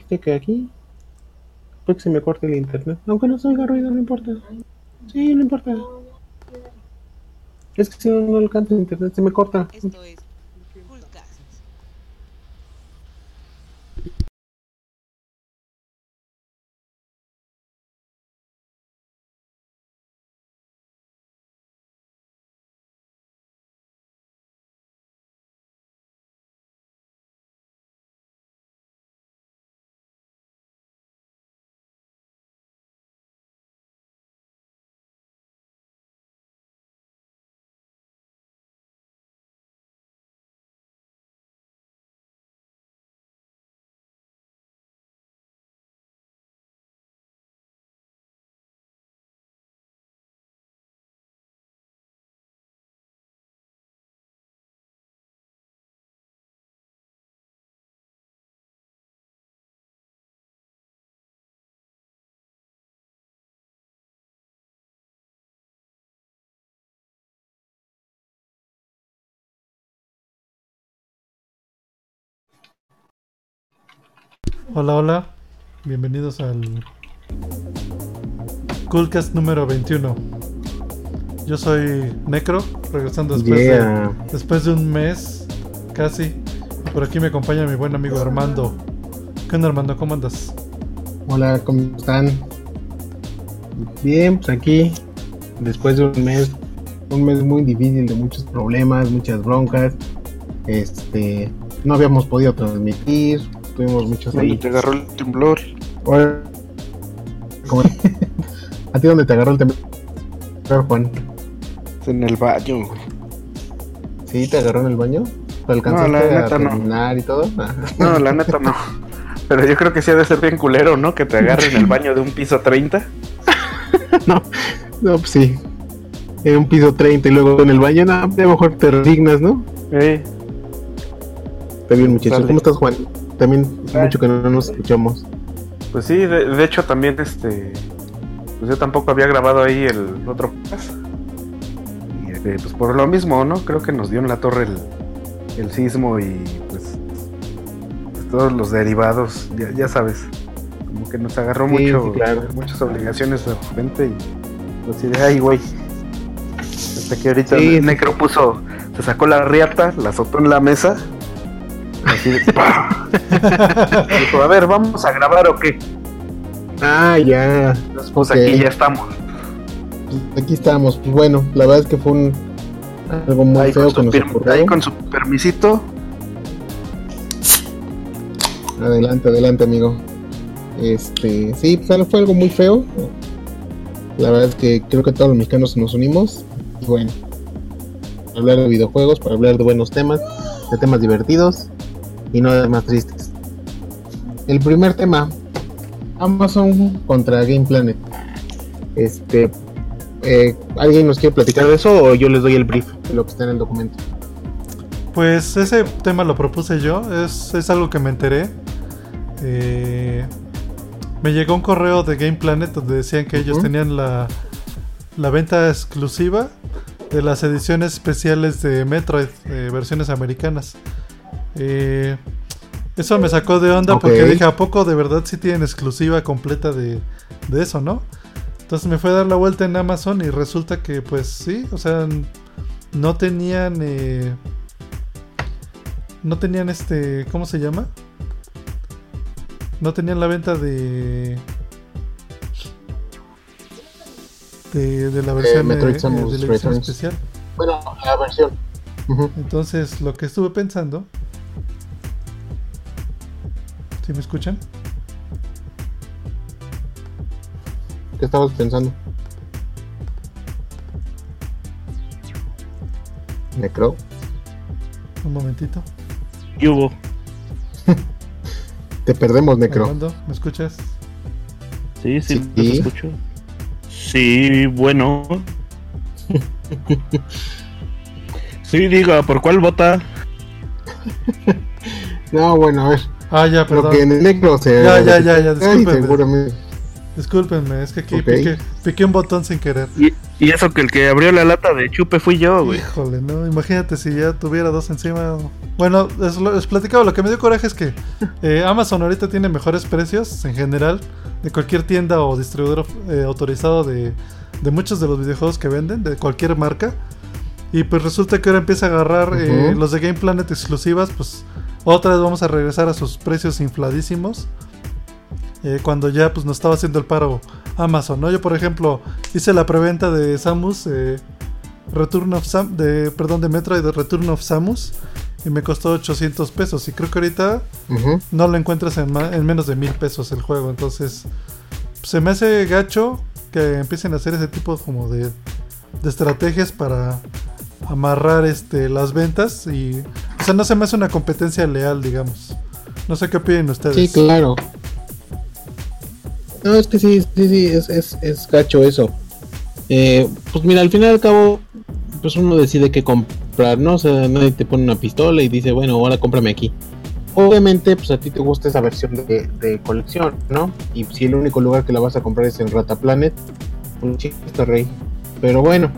que aquí, puede que se me corte el internet. Aunque no se oiga ruido, no importa. Sí, no importa. Es que si no alcanza el internet, se me corta. Esto es Coolcast. Hola, hola. Bienvenidos al Coolcast número 21. Yo soy Necro, regresando después de un mes casi. Por aquí me acompaña mi buen amigo Armando. ¿Qué onda, Armando? ¿Cómo andas? Hola, ¿cómo están? Bien, pues aquí, después de un mes muy difícil, de muchos problemas, muchas broncas. No habíamos podido transmitir, tuvimos muchos ahí. ¿Dónde te agarró el temblor? ¿A ti dónde te agarró el temblor, Juan? En el baño. ¿Sí? ¿Te agarró en el baño? ¿Te alcanzaste a terminar y todo? No, la neta no. Pero yo creo que sí ha de ser bien culero, ¿no? Que te agarre en el baño de un piso 30. No, pues sí. En un piso 30 y luego en el baño, no, a lo mejor te resignas, ¿no? Está bien, muchachos. Dale. ¿Cómo estás, Juan? También mucho que no nos escuchamos. Pues sí, de hecho también pues yo tampoco había grabado ahí el otro podcast. Y pues por lo mismo, ¿no? Creo que nos dio en la torre el sismo y pues todos los derivados, ya sabes. Como que nos agarró mucho, sí, claro. Muchas obligaciones de repente y pues sí de ay, güey. Hasta que ahorita Necro se sacó la riata, la azotó en la mesa. Así de dijo, a ver, ¿vamos a grabar o qué? Ah, ya. Pues okay. Aquí ya estamos. Pues aquí estamos. Pues bueno, la verdad es que fue algo muy ahí feo que nos ocurrió. Ahí con su permisito. Adelante, amigo. Sí, pues fue algo muy feo. La verdad es que creo que todos los mexicanos nos unimos. Y bueno, para hablar de videojuegos, para hablar de buenos temas, de temas divertidos y no de más tristes. El primer tema, Amazon contra Game Planet. ¿Alguien nos quiere platicar de eso o yo les doy el brief de lo que está en el documento? Pues ese tema lo propuse yo, es algo que me enteré. Me llegó un correo de Game Planet donde decían que ellos tenían la venta exclusiva de las ediciones especiales de Metroid, versiones americanas. Eso me sacó de onda porque dije, ¿a poco de verdad sí tienen exclusiva completa de eso, no? Entonces me fue a dar la vuelta en Amazon y resulta que pues sí, o sea, no tenían ¿cómo se llama? No tenían la venta de la versión Metroid de la edición Returns especial. Bueno, la versión. Entonces, lo que estuve pensando, ¿sí me escuchan? ¿Qué estabas pensando? Necro. Un momentito. ¿Qué hubo? Te perdemos, Necro. Armando, ¿me escuchas? Sí, te escucho. Sí, bueno. Sí, diga, ¿por cuál vota? No, bueno, a ver. Ya, perdón. Lo que en el Necro se... Ya, discúlpeme. Seguramente. Discúlpenme, es que aquí Ok. piqué un botón sin querer. Y eso que el que abrió la lata de chupe fui yo, güey. Híjole, no, imagínate si ya tuviera dos encima. Bueno, les platicaba, lo que me dio coraje es que Amazon ahorita tiene mejores precios en general de cualquier tienda o distribuidor autorizado de muchos de los videojuegos que venden, de cualquier marca. Y pues resulta que ahora empieza a agarrar los de Game Planet exclusivas, pues otra vez vamos a regresar a sus precios infladísimos. Cuando ya pues nos estaba haciendo el paro Amazon, ¿no? Yo por ejemplo hice la preventa de Samus de Metroid de Return of Samus y me costó 800 pesos y creo que ahorita no lo encuentras en menos de 1000 pesos el juego. Entonces se me hace gacho que empiecen a hacer ese tipo como de estrategias para amarrar las ventas y, o sea, no se me hace una competencia leal, digamos. No sé qué opinan ustedes. Sí, claro. No, es que sí, es gacho eso. Pues mira, al fin y al cabo, pues uno decide qué comprar, ¿no? O sea, nadie te pone una pistola y dice, bueno, ahora cómprame aquí. Obviamente, pues a ti te gusta esa versión de colección, ¿no? Y si el único lugar que la vas a comprar es en Rata Planet, un chiste, rey. Pero bueno,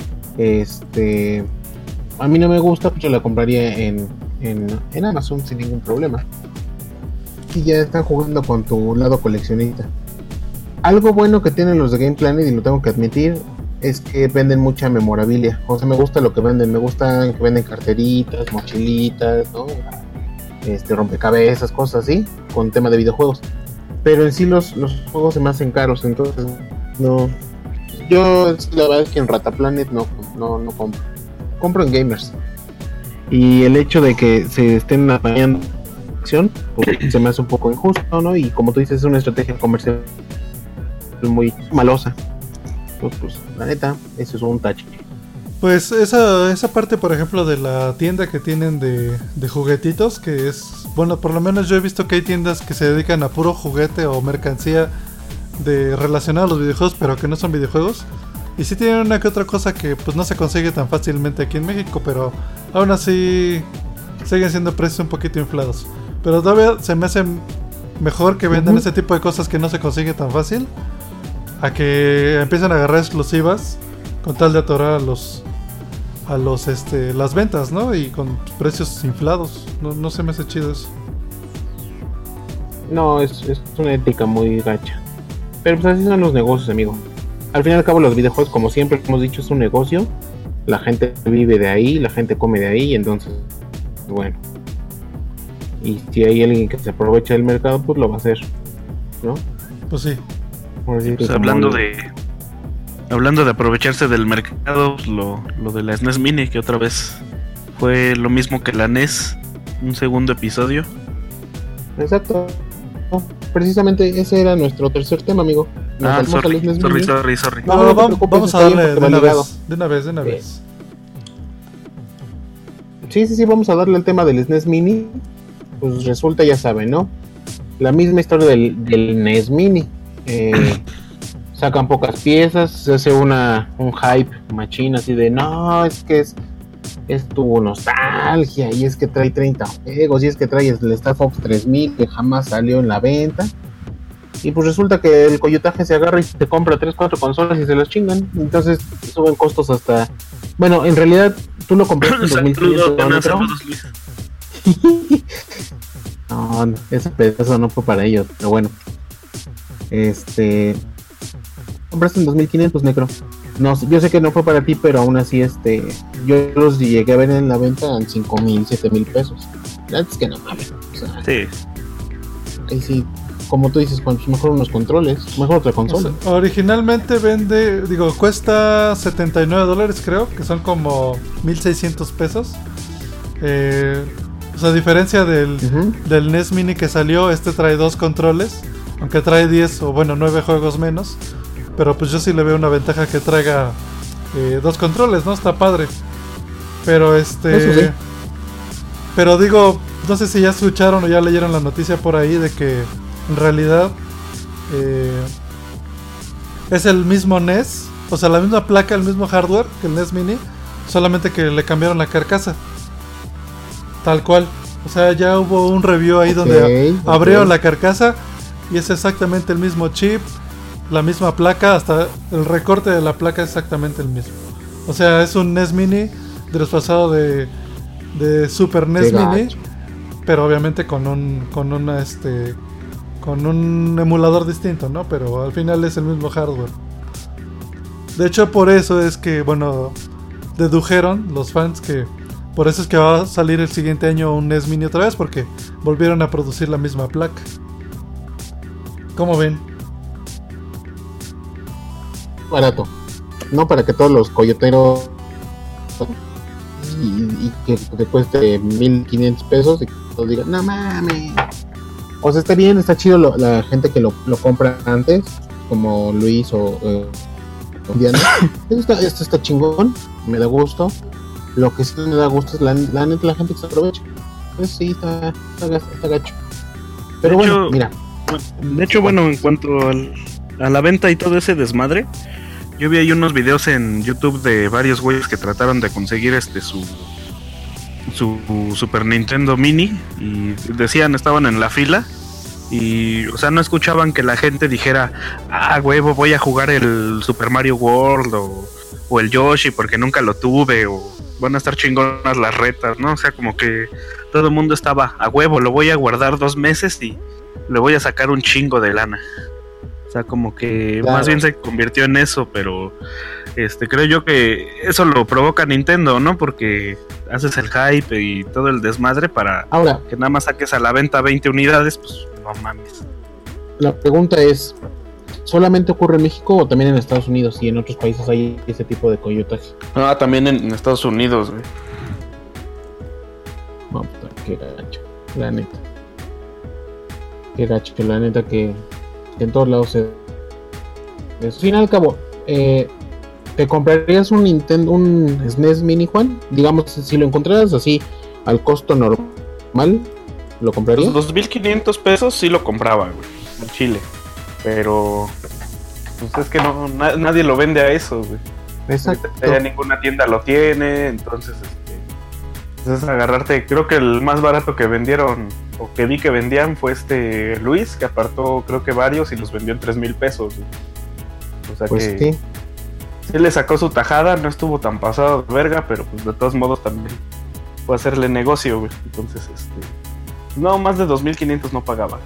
a mí no me gusta, pues yo la compraría en Amazon sin ningún problema. Y ya están jugando con tu lado coleccionista. Algo bueno que tienen los de Game Planet, y lo tengo que admitir, es que venden mucha memorabilia. O sea, me gusta lo que venden. Me gustan que venden carteritas, mochilitas, ¿no? Rompecabezas, cosas así, con tema de videojuegos. Pero en sí los juegos se me hacen caros, entonces no. Yo la verdad es que en Rata Planet no compro. Compro en Gamers. Y el hecho de que se estén apañando pues se me hace un poco injusto, ¿no? Y como tú dices, es una estrategia comercial muy malosa. Pues la neta, eso es un tache. Pues esa parte, por ejemplo, de la tienda que tienen de juguetitos, que es, bueno, por lo menos yo he visto que hay tiendas que se dedican a puro juguete o mercancía relacionada a los videojuegos, pero que no son videojuegos. Y sí tienen una que otra cosa que pues no se consigue tan fácilmente aquí en México, pero aún así siguen siendo precios un poquito inflados. Pero todavía se me hace mejor que vendan ese tipo de cosas que no se consigue tan fácil, a que empiecen a agarrar exclusivas con tal de atorar a las ventas, ¿no? Y con precios inflados. No se me hace chido eso. No, es una ética muy gacha. Pero pues así son los negocios, amigo. Al fin y al cabo los videojuegos, como siempre hemos dicho, es un negocio. La gente vive de ahí, la gente come de ahí, entonces, bueno. Y si hay alguien que se aprovecha del mercado, pues lo va a hacer, ¿no? Pues sí. Pues hablando de aprovecharse del mercado, lo de la SNES Mini, que otra vez fue lo mismo que la NES, un segundo episodio. Exacto. Precisamente ese era nuestro tercer tema, amigo. Sorry. No, vamos a darle de una vez. Sí, vamos a darle el tema del SNES Mini. Pues resulta, ya saben, ¿no? La misma historia del NES Mini. Sacan pocas piezas, se hace un hype machín así de no, es que es tu nostalgia, y es que trae 30 juegos, y es que trae el Star Fox 3000 que jamás salió en la venta. Y pues resulta que el coyotaje se agarra y se compra 3-4 consolas y se las chingan. Entonces suben costos hasta... Bueno, en realidad tú lo compraste en 2500. No, ese pedazo no fue para ellos, pero bueno. Compraste en 2500, Necro. No, yo sé que no fue para ti, pero aún así yo los llegué a ver en la venta en 5000, 7000 pesos. Es que no mames. O sea, sí. Ahí sí, como tú dices, pues mejor unos controles, mejor otra consola. O sea, originalmente cuesta $79, creo, que son como 1600 pesos. O sea, a diferencia del NES Mini que salió, trae 2 controles, aunque trae 10 o bueno 9 juegos menos. Pero pues yo sí le veo una ventaja que traiga 2 controles, ¿no? Está padre. Pero Eso sí. Pero digo, no sé si ya escucharon o ya leyeron la noticia por ahí de que en realidad es el mismo NES, o sea, la misma placa, el mismo hardware que el NES Mini, solamente que le cambiaron la carcasa. Tal cual. O sea, ya hubo un review ahí donde abrieron la carcasa y es exactamente el mismo chip, la misma placa, hasta el recorte de la placa es exactamente el mismo. O sea, es un NES Mini traspasado de Super NES Mini, pero obviamente con un emulador distinto, ¿no? Pero al final es el mismo hardware. De hecho, por eso es que, bueno, dedujeron los fans que por eso es que va a salir el siguiente año un NES Mini otra vez, porque volvieron a producir la misma placa. ¿Cómo ven? Barato. No para que todos los coyoteros y que te cueste 1,500 pesos y que todos digan, no mames. O sea, está bien, está chido la gente que lo compra antes, como Luis o Diana. Esto está chingón, me da gusto. Lo que sí me da gusto es la neta, la gente que se aprovecha. Pues sí, está gacho. Pero bueno, mira. De hecho, bueno, en cuanto a la venta y todo ese desmadre, yo vi ahí unos videos en YouTube de varios güeyes que trataron de conseguir su Super Nintendo Mini y decían, estaban en la fila y, o sea, no escuchaban que la gente dijera, huevo, voy a jugar el Super Mario World o el Yoshi porque nunca lo tuve, o van a estar chingonas las retas, ¿no? O sea, como que todo el mundo estaba, a huevo, lo voy a guardar 2 meses y le voy a sacar un chingo de lana. O sea, como que claro, más bien se convirtió en eso, pero creo yo que eso lo provoca Nintendo, ¿no? Porque haces el hype y todo el desmadre para ahora, que nada más saques a la venta 20 unidades, pues no mames. La pregunta es, ¿solamente ocurre en México o también en Estados Unidos y en otros países hay ese tipo de coyotaje? También en Estados Unidos, güey. No, puta, qué gacho, la neta. Qué gacho, que la neta que en todos lados se... Al fin y al cabo, ¿te comprarías un SNES Mini, Juan? Digamos, si lo encontraras así al costo normal, ¿lo comprarías? Los 2,500 pesos sí lo compraba, güey, en Chile. Pero pues es que nadie lo vende a eso, güey. Exacto. Ya ninguna tienda lo tiene, entonces es agarrarte. Creo que el más barato que vendieron o que vi que vendían fue Luis, que apartó creo que varios y los vendió en 3,000 pesos, güey. O sea pues que sí le sacó su tajada, no estuvo tan pasado de verga, pero pues de todos modos también fue hacerle negocio, güey. Entonces no, más de 2,500 no pagaba.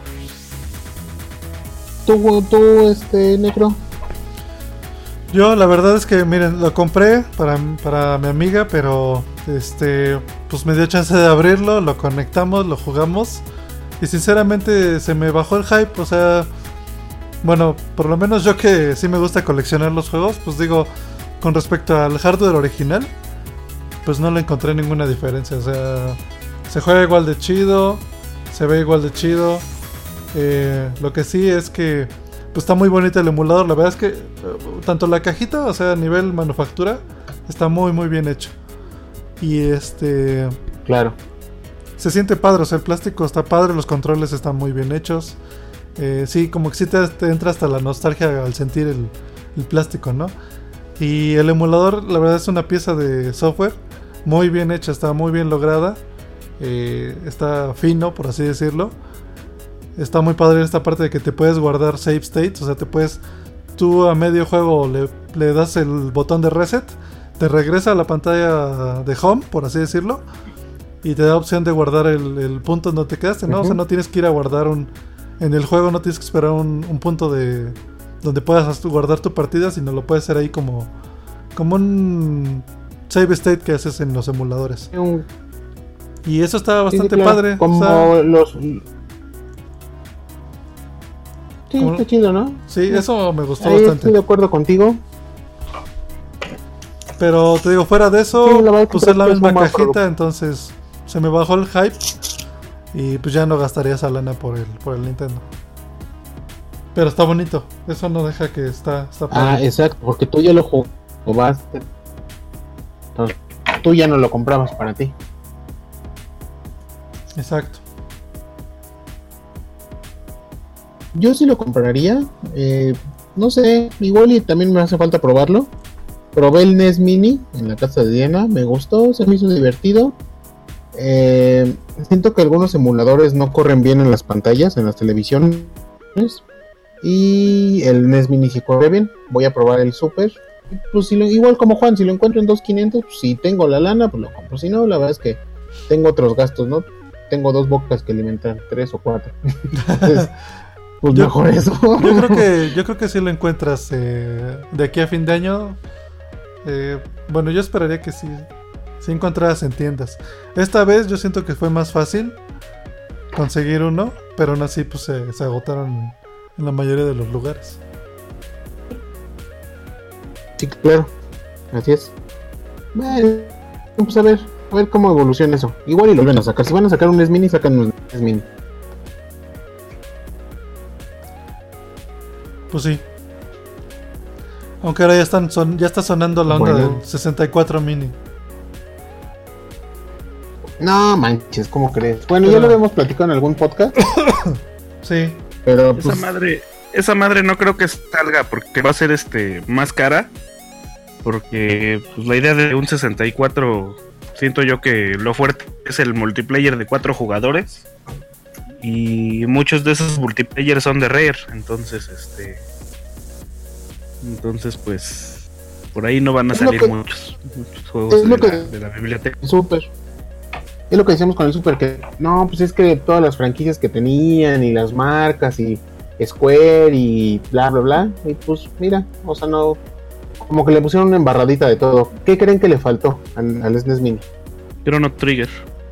¿Tú, Necro? Yo la verdad es que, miren, lo compré para mi amiga, pero pues me dio chance de abrirlo, lo conectamos, lo jugamos y sinceramente se me bajó el hype. O sea, bueno, por lo menos yo que sí me gusta coleccionar los juegos, pues digo, con respecto al hardware original, pues no le encontré ninguna diferencia. O sea, se juega igual de chido, se ve igual de chido. Lo que sí es que pues está muy bonito el emulador. La verdad es que tanto la cajita, o sea, a nivel manufactura, está muy muy bien hecho. Y claro, se siente padre, o sea, el plástico está padre, los controles están muy bien hechos. Sí, como que sí te entra hasta la nostalgia al sentir el plástico, ¿no? Y el emulador, la verdad, es una pieza de software muy bien hecha, está muy bien lograda. Está fino, por así decirlo. Está muy padre esta parte de que te puedes guardar save states. O sea, tú a medio juego le das el botón de reset, te regresa a la pantalla de home, por así decirlo, y te da opción de guardar el punto en donde te quedaste, ¿no? Uh-huh. O sea, no tienes que ir a guardar en el juego no tienes que esperar un punto donde puedas guardar tu partida, sino lo puedes hacer ahí como un save state que haces en los emuladores. Y eso está bastante padre. Como Sí, está chido, ¿no? Sí, eso me gustó ahí bastante. Estoy de acuerdo contigo. Pero te digo, fuera de eso, sí, pues es la misma cajita, entonces se me bajó el hype y pues ya no gastaría esa lana por el Nintendo. Pero está bonito, eso no deja que está padre. Exacto, porque tú ya lo jugaste. Entonces, tú ya no lo comprabas para ti. Exacto. Yo sí lo compraría. No sé, igual y también me hace falta probarlo. Probé el NES Mini en la casa de Diana, me gustó, se me hizo divertido. Siento que algunos emuladores no corren bien en las pantallas, en las televisiones. Y el NES Mini si corre bien. Voy a probar el Super. Pues igual como Juan, si lo encuentro en 2.500, pues, si tengo la lana, pues lo compro. Si no, la verdad es que tengo otros gastos, ¿no? Tengo 2 bocas que alimentar, 3 o 4. Entonces, pues mejor eso. Yo creo que si lo encuentras de aquí a fin de año. Bueno, yo esperaría que sí encontraras en tiendas. Esta vez yo siento que fue más fácil conseguir uno, pero aún así pues se agotaron en la mayoría de los lugares. Sí, claro, así es. Bueno, pues a ver cómo evoluciona eso. Igual y lo van a sacar. Si van a sacar un NES Mini, sacan un NES Mini. Pues sí. Aunque ahora ya está sonando la onda del 64 Mini. No manches, ¿cómo crees? Bueno, ya lo habíamos platicado en algún podcast. Sí. Pero pues, esa madre no creo que salga porque va a ser más cara. Porque pues, la idea de un 64 siento yo que lo fuerte es el multiplayer de 4 jugadores. Y muchos de esos multiplayers son de Rare. Entonces pues por ahí no van a salir muchos juegos de la biblioteca. Super. Es lo que decíamos con el Super, que no, pues es que todas las franquicias que tenían y las marcas y Square y bla bla bla, y pues mira, o sea, no, como que le pusieron una embarradita de todo. ¿Qué creen que le faltó al SNES Mini? Chrono Trigger.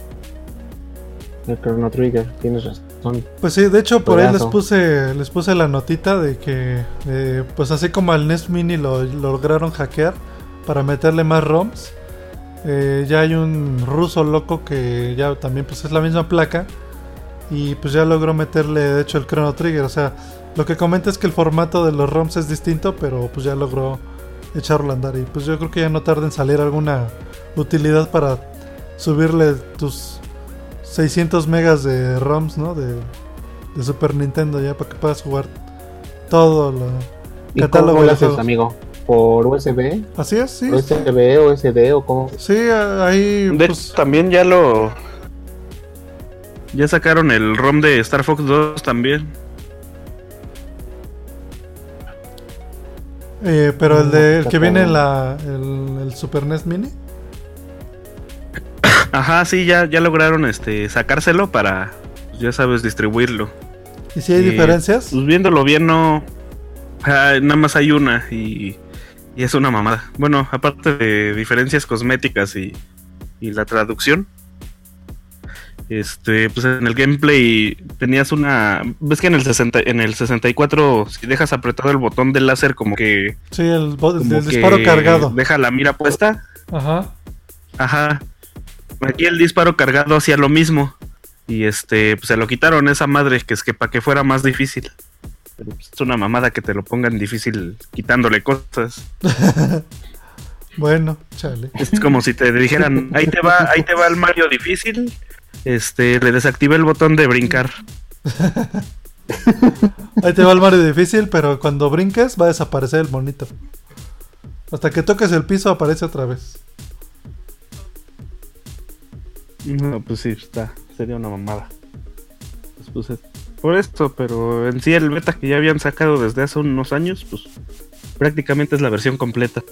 El Chrono Trigger, tienes razón. Pues sí, de hecho por ahí les puse la notita de que pues así como al NES Mini lo lograron hackear para meterle más ROMs, ya hay un ruso loco que ya también pues es la misma placa y pues ya logró meterle de hecho el Chrono Trigger. O sea, lo que comenta es que el formato de los ROMs es distinto, pero pues ya logró echarlo a andar y pues yo creo que ya no tarda en salir alguna utilidad para subirle tus 600 megas de ROMs, ¿no? De Super Nintendo ya para que puedas jugar todo el catálogo. ¿Cómo lo haces, amigo? ¿Por USB? Así es, sí. ¿USB o SD o cómo? Sí, ahí de pues, también ya sacaron el ROM de Star Fox 2 también. Pero el que viene en el Super NES Mini. Ajá, sí, ya lograron sacárselo para, ya sabes, distribuirlo. ¿Y si hay diferencias? Pues viéndolo bien, no. Nada más hay una y es una mamada. Bueno, aparte de diferencias cosméticas y la traducción, pues en el gameplay tenías una. ¿Ves que en el 64 si dejas apretado el botón del láser como que. Sí, el disparo cargado. Deja la mira puesta. Ajá. Aquí el disparo cargado hacía lo mismo. Y pues se lo quitaron esa madre, que es que para que fuera más difícil. Pero pues, es una mamada que te lo pongan difícil quitándole cosas. Bueno, chale. Es como si te dijeran, ahí te va el Mario difícil. Le desactivé el botón de brincar. Ahí te va el Mario difícil, pero cuando brinques va a desaparecer el monito. Hasta que toques el piso aparece otra vez. No, pues sí, sería una mamada. Pues, por esto, pero en sí el beta que ya habían sacado desde hace unos años, pues prácticamente es la versión completa.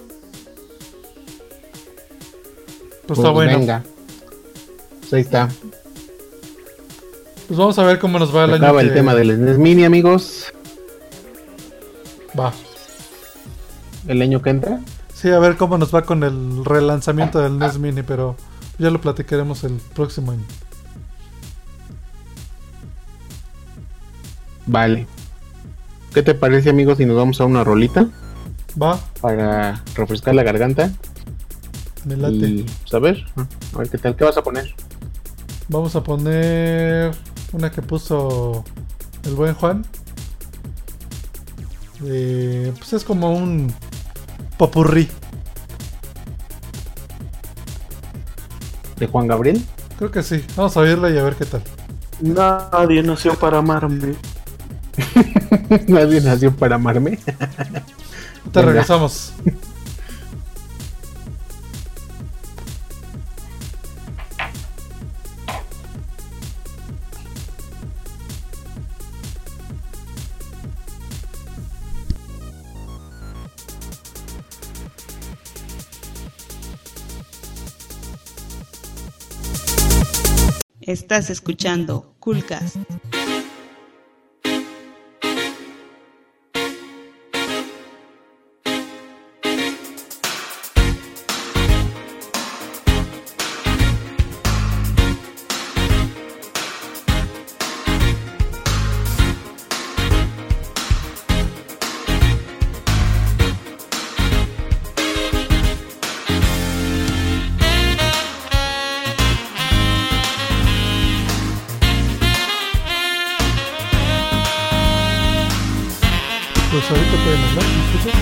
Pues está bueno. Venga. Pues ahí está. Pues vamos a ver cómo nos va el año. Acaba el tema del SNES Mini, amigos. Va. ¿El año que entra? Sí, a ver cómo nos va con el relanzamiento del NES Mini, pero ya lo platicaremos el próximo año. Vale. ¿Qué te parece, amigos, si nos vamos a una rolita? Va. Para refrescar la garganta. Me late. Y pues a ver qué tal. ¿Qué vas a poner? Vamos a poner una que puso el buen Juan. Pues es como un popurrí. ¿De Juan Gabriel? Creo que sí. Vamos a oírla y a ver qué tal. Nadie nació para amarme. Nadie nació para amarme. Te regresamos. Estás escuchando Coolcast. Pues ahorita pueden hablar, ¿me escuchas?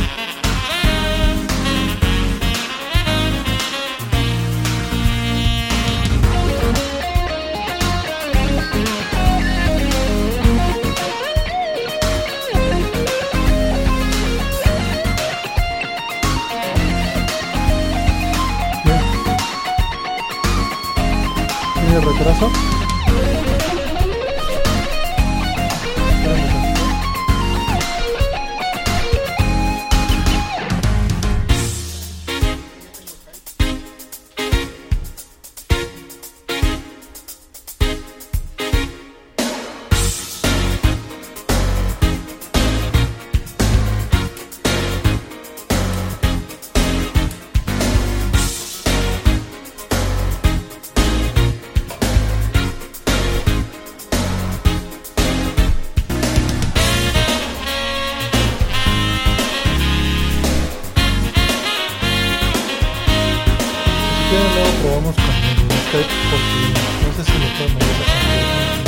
¿Tiene retraso? Luego probamos con el Skype porque no sé si lo puedo mover la pantalla.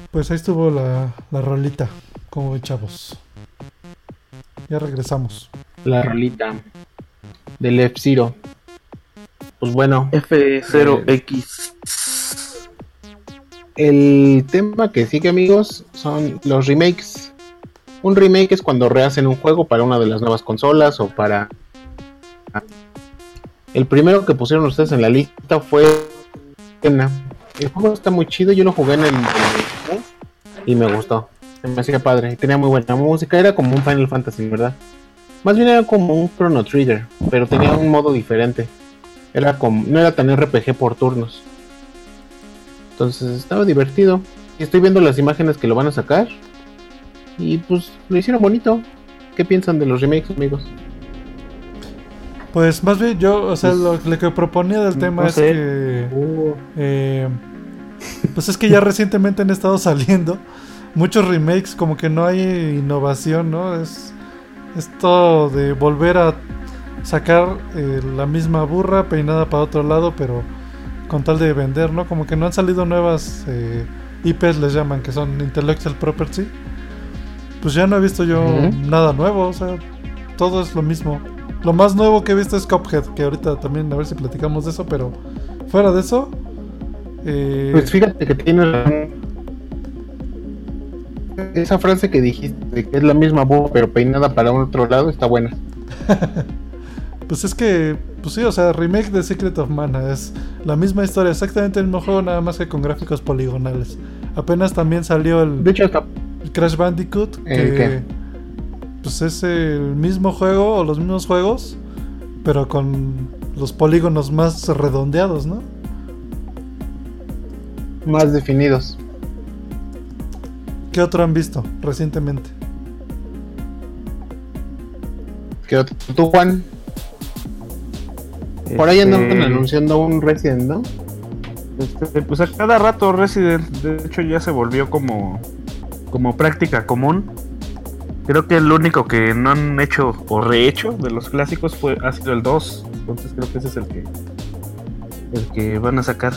Pues ahí estuvo la rolita, como de chavos. Ya regresamos. La rolita del F-Zero. Pues bueno, F0X. El tema que sigue, amigos, son los remakes. Un remake es cuando rehacen un juego para una de las nuevas consolas o para... El primero que pusieron ustedes en la lista fue... El juego está muy chido, yo lo jugué en el y me gustó. Se me hacía padre, tenía muy buena música, era como un Final Fantasy, ¿verdad? Más bien era como un Chrono Trigger, pero tenía un modo diferente. No era tan RPG por turnos. Entonces estaba divertido. Y estoy viendo las imágenes que lo van a sacar. Y pues lo hicieron bonito. ¿Qué piensan de los remakes, amigos? Pues más bien yo, o sea, lo que proponía del tema es que... pues es que ya recientemente han estado saliendo muchos remakes, como que no hay innovación, ¿no? Es todo de volver a sacar la misma burra peinada para otro lado, pero con tal de vender, ¿no? Como que no han salido nuevas IPs, les llaman, que son Intellectual Property. Pues ya no he visto yo nada nuevo, o sea, todo es lo mismo. Lo más nuevo que he visto es Cuphead, que ahorita también a ver si platicamos de eso, pero fuera de eso... Pues fíjate que tiene esa frase que dijiste, de que es la misma burra pero peinada para un otro lado, está buena. Pues es que, pues sí, o sea, remake de Secret of Mana es la misma historia, exactamente el mismo juego, nada más que con gráficos poligonales. Apenas también salió de hecho, hasta el Crash Bandicoot, que pues es el mismo juego o los mismos juegos, pero con los polígonos más redondeados, ¿no? Más definidos. ¿Qué otro han visto recientemente? ¿Qué otro? ¿Tú, Juan? Por ahí andan anunciando un Resident, ¿no? Pues a cada rato Resident, de hecho ya se volvió como práctica común. Creo que el único que no han hecho o rehecho de los clásicos ha sido el 2. Entonces creo que ese es el que van a sacar.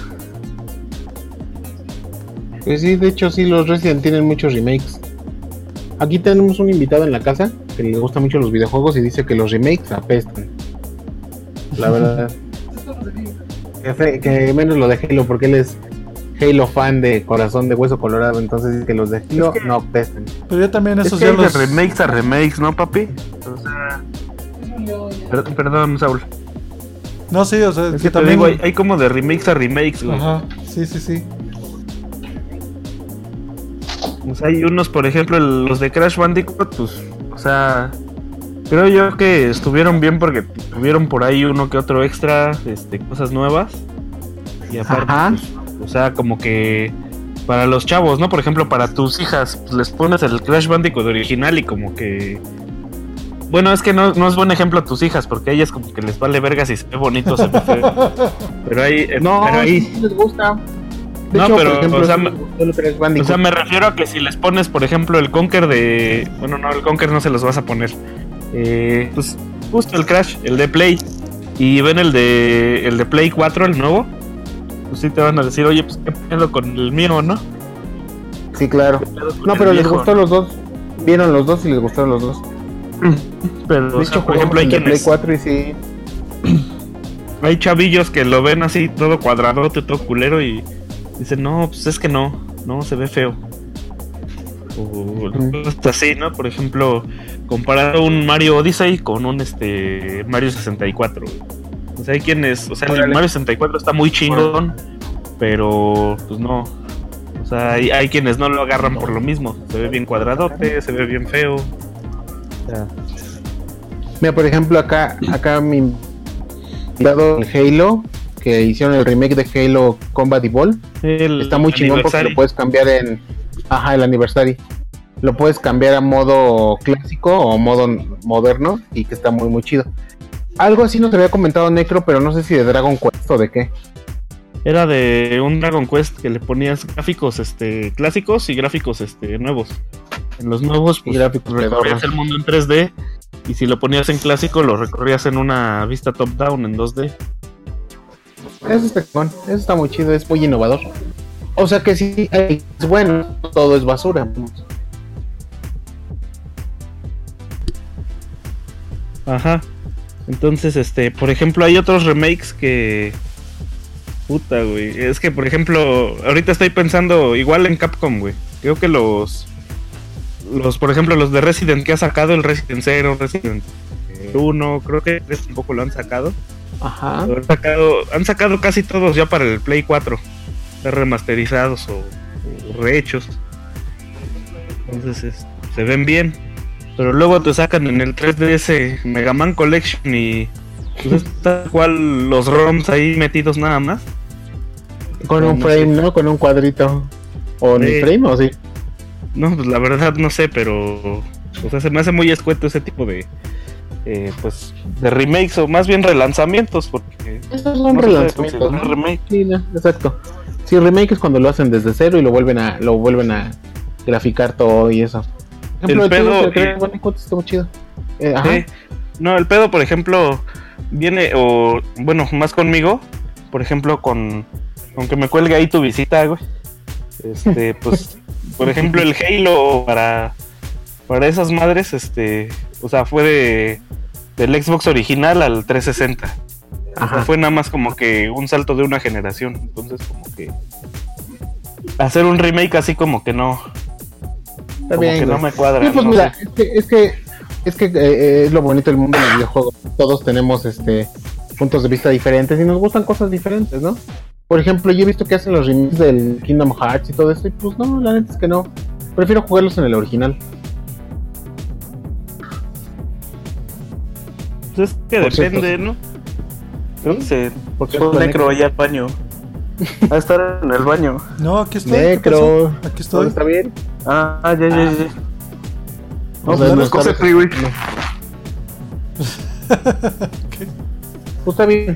Pues sí, de hecho sí, los Resident tienen muchos remakes. Aquí tenemos un invitado en la casa que le gusta mucho los videojuegos y dice que los remakes apestan. La verdad. Que menos lo de Halo, porque él es Halo fan de corazón de hueso colorado, entonces dice que los de Halo no apestan. Pero yo también esos ya los... de remakes a remakes, ¿no, papi? O sea... Perdón, Saúl. No, sí, o sea... Es que también digo, hay como de remakes a remakes, güey. Ajá, sí. Pues hay unos, por ejemplo, los de Crash Bandicoot, pues, o sea, creo yo que estuvieron bien porque tuvieron por ahí uno que otro extra, cosas nuevas. Y aparte, pues, o sea, como que para los chavos, ¿no? Por ejemplo, para tus hijas, pues les pones el Crash Bandicoot original y como que... Bueno, es que no es buen ejemplo a tus hijas, porque a ellas como que les vale verga si se ve bonito o se ve feo. Pero ahí... No, pero ahí... sí les gusta. De no, hecho, pero, por ejemplo, o sea, me refiero a que si les pones, por ejemplo, el Conker de... Bueno, no, el Conker no se los vas a poner. Pues justo el Crash, el de Play, y ven el de Play 4, el nuevo, pues sí te van a decir, oye, pues qué pedo con el mío, ¿no? Sí, claro. No, pero les gustó los dos. Vieron los dos y les gustaron los dos. Pero, de hecho, por ejemplo, hay quienes... Play 4 y sí... Hay chavillos que lo ven así, todo cuadradote, todo culero y... Dicen, no, pues es que no se ve feo. O así, ¿no? Por ejemplo, comparar un Mario Odyssey con un Mario 64. O sea, hay quienes, o sea, el Mario 64 está muy chingón, pero pues no. O sea, hay quienes no lo agarran por lo mismo. Se ve bien cuadradote, se ve bien feo. O sea, mira, por ejemplo, acá mi dado el Halo, que hicieron el remake de Halo Combat Evolved. Está muy chingón porque lo puedes cambiar en... Ajá, el aniversario. Lo puedes cambiar a modo clásico o modo moderno y que está muy muy chido. Algo así nos había comentado Necro, pero no sé si de Dragon Quest o de qué. Era de un Dragon Quest que le ponías gráficos clásicos y gráficos nuevos. En los nuevos pues recorrías el mundo en 3D y si lo ponías en clásico lo recorrías en una vista top down en 2D. Eso está muy chido, es muy innovador. O sea que sí, es bueno, todo es basura. Ajá. Entonces, por ejemplo, hay otros remakes que... Puta, güey. Es que, por ejemplo, ahorita estoy pensando igual en Capcom, güey. Creo que por ejemplo, los de Resident que ha sacado, el Resident 0, Resident 1, creo que tampoco lo han sacado. Ajá. Han sacado casi todos ya para el Play 4. Remasterizados o rehechos. Entonces, se ven bien. Pero luego te sacan en el 3DS Mega Man Collection y pues tal cual los ROMs ahí metidos nada más. Con un frame, ¿no? Con un cuadrito. ¿O ni frame o sí? No, pues la verdad no sé, pero o sea, se me hace muy escueto ese tipo de pues de remakes o más bien relanzamientos, porque esos son no relanzamientos, ¿no? Remake. Sí, no, exacto. Sí, remake es cuando lo hacen desde cero y lo vuelven a graficar todo y eso. Por ejemplo, el pedo estuvo chido. No, el pedo, por ejemplo, viene o bueno, más conmigo, por ejemplo, con que me cuelgue ahí tu visita, güey. Pues por ejemplo, el Halo para esas madres, o sea, fue del Xbox original al 360. Ajá. O sea, fue nada más como que un salto de una generación. Entonces, como que hacer un remake así como que no. Está bien, que no me cuadra. Sí, pues no mira, sé. es que es lo bonito del mundo del videojuego. Todos tenemos puntos de vista diferentes y nos gustan cosas diferentes, ¿no? Por ejemplo, yo he visto que hacen los remakes del Kingdom Hearts y todo eso, y pues no, la neta es que no. Prefiero jugarlos en el original. Pues es que por depende, cierto, ¿no? No sé, porque fue Necro allá al baño. Va a estar en el baño. No, aquí estoy. Necro, aquí estoy. ¿está bien? Ya. No, pues no está güey. ¿Qué? Pues está bien.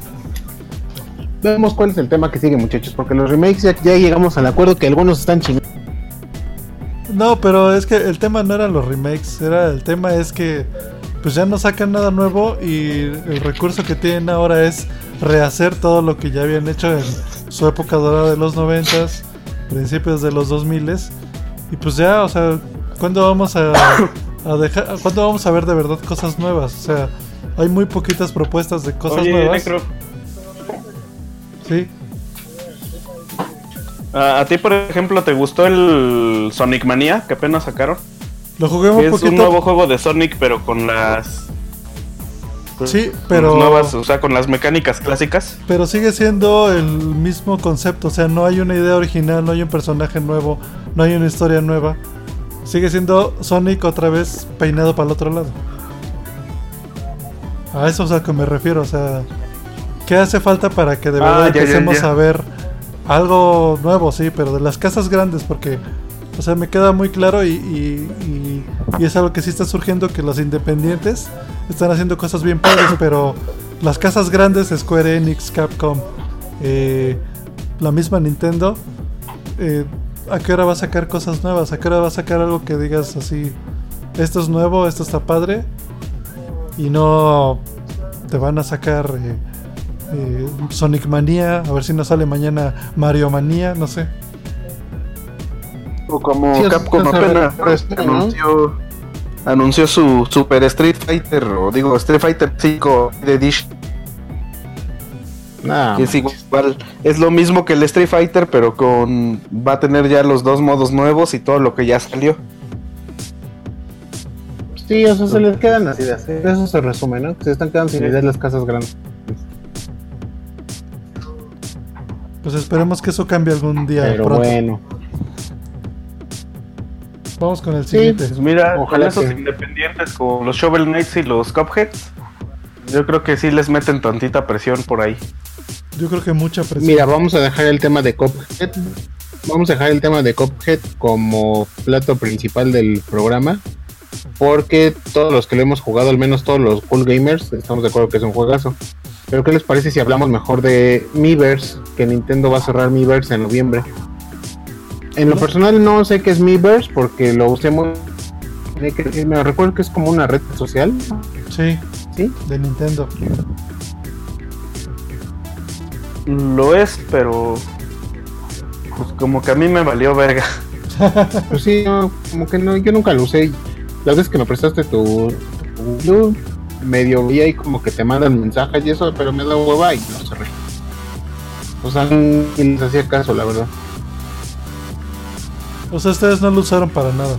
Vemos cuál es el tema que sigue, muchachos, porque los remakes ya llegamos al acuerdo que algunos están chingando. No, pero es que el tema no eran los remakes, el tema es que pues ya no sacan nada nuevo y el recurso que tienen ahora es rehacer todo lo que ya habían hecho en su época dorada de los 90s, principios de los 2000s, y pues ya, o sea, ¿cuándo vamos ¿cuándo vamos a ver de verdad cosas nuevas? O sea, hay muy poquitas propuestas de cosas nuevas. Necro. Sí. ¿A ti, por ejemplo, te gustó el Sonic Mania que apenas sacaron? Lo jugué un poquito. Es un nuevo juego de Sonic, pero con las... Sí, pero... Con las nuevas, o sea, con las mecánicas clásicas. Pero sigue siendo el mismo concepto, o sea, no hay una idea original, no hay un personaje nuevo, no hay una historia nueva. Sigue siendo Sonic otra vez peinado para el otro lado. A eso es a lo que me refiero, o sea... ¿Qué hace falta para que de verdad empecemos a ver algo nuevo? Sí, pero de las casas grandes, porque, o sea, me queda muy claro y es algo que sí está surgiendo, que los independientes están haciendo cosas bien padres, pero las casas grandes, Square Enix, Capcom, la misma Nintendo, ¿a qué hora va a sacar cosas nuevas? ¿A qué hora va a sacar algo que digas así, esto es nuevo, esto está padre? Y no te van a sacar... Sonic Manía, a ver si nos sale mañana Mario Manía, no sé. O como sí, Capcom apenas anunció su Super Street Fighter, o digo Street Fighter 5 de Dish. Que es igual, es lo mismo que el Street Fighter, pero va a tener ya los dos modos nuevos y todo lo que ya salió. Sí, o sea, se les quedan las ideas, eso se resume, ¿no? Se están quedando sin ideas las casas grandes. Pues esperemos que eso cambie algún día. Pero pronto. Bueno. Vamos con el siguiente. Pues mira, ojalá con esos independientes como los Shovel Knights y los Cupheads, yo creo que sí les meten tantita presión por ahí. Yo creo que mucha presión. Mira, vamos a dejar el tema de Cuphead. Vamos a dejar el tema de Cuphead como plato principal del programa, porque todos los que lo hemos jugado, al menos todos los cool gamers, estamos de acuerdo que es un juegazo. Pero ¿qué les parece si hablamos mejor de Miiverse? Que Nintendo va a cerrar Miiverse en noviembre. En lo personal no sé qué es Miiverse porque lo usé muy... Me recuerdo que es como una red social. Sí, de Nintendo. Lo es, pero pues como que a mí me valió verga. Pues sí, no, como que no, yo nunca lo usé. Las veces que me prestaste tu yo medio vi ahí como que te mandan mensajes y eso, pero me da hueva y lo cerré. O sea, ni les hacía caso, la verdad. O sea, ustedes no lo usaron para nada.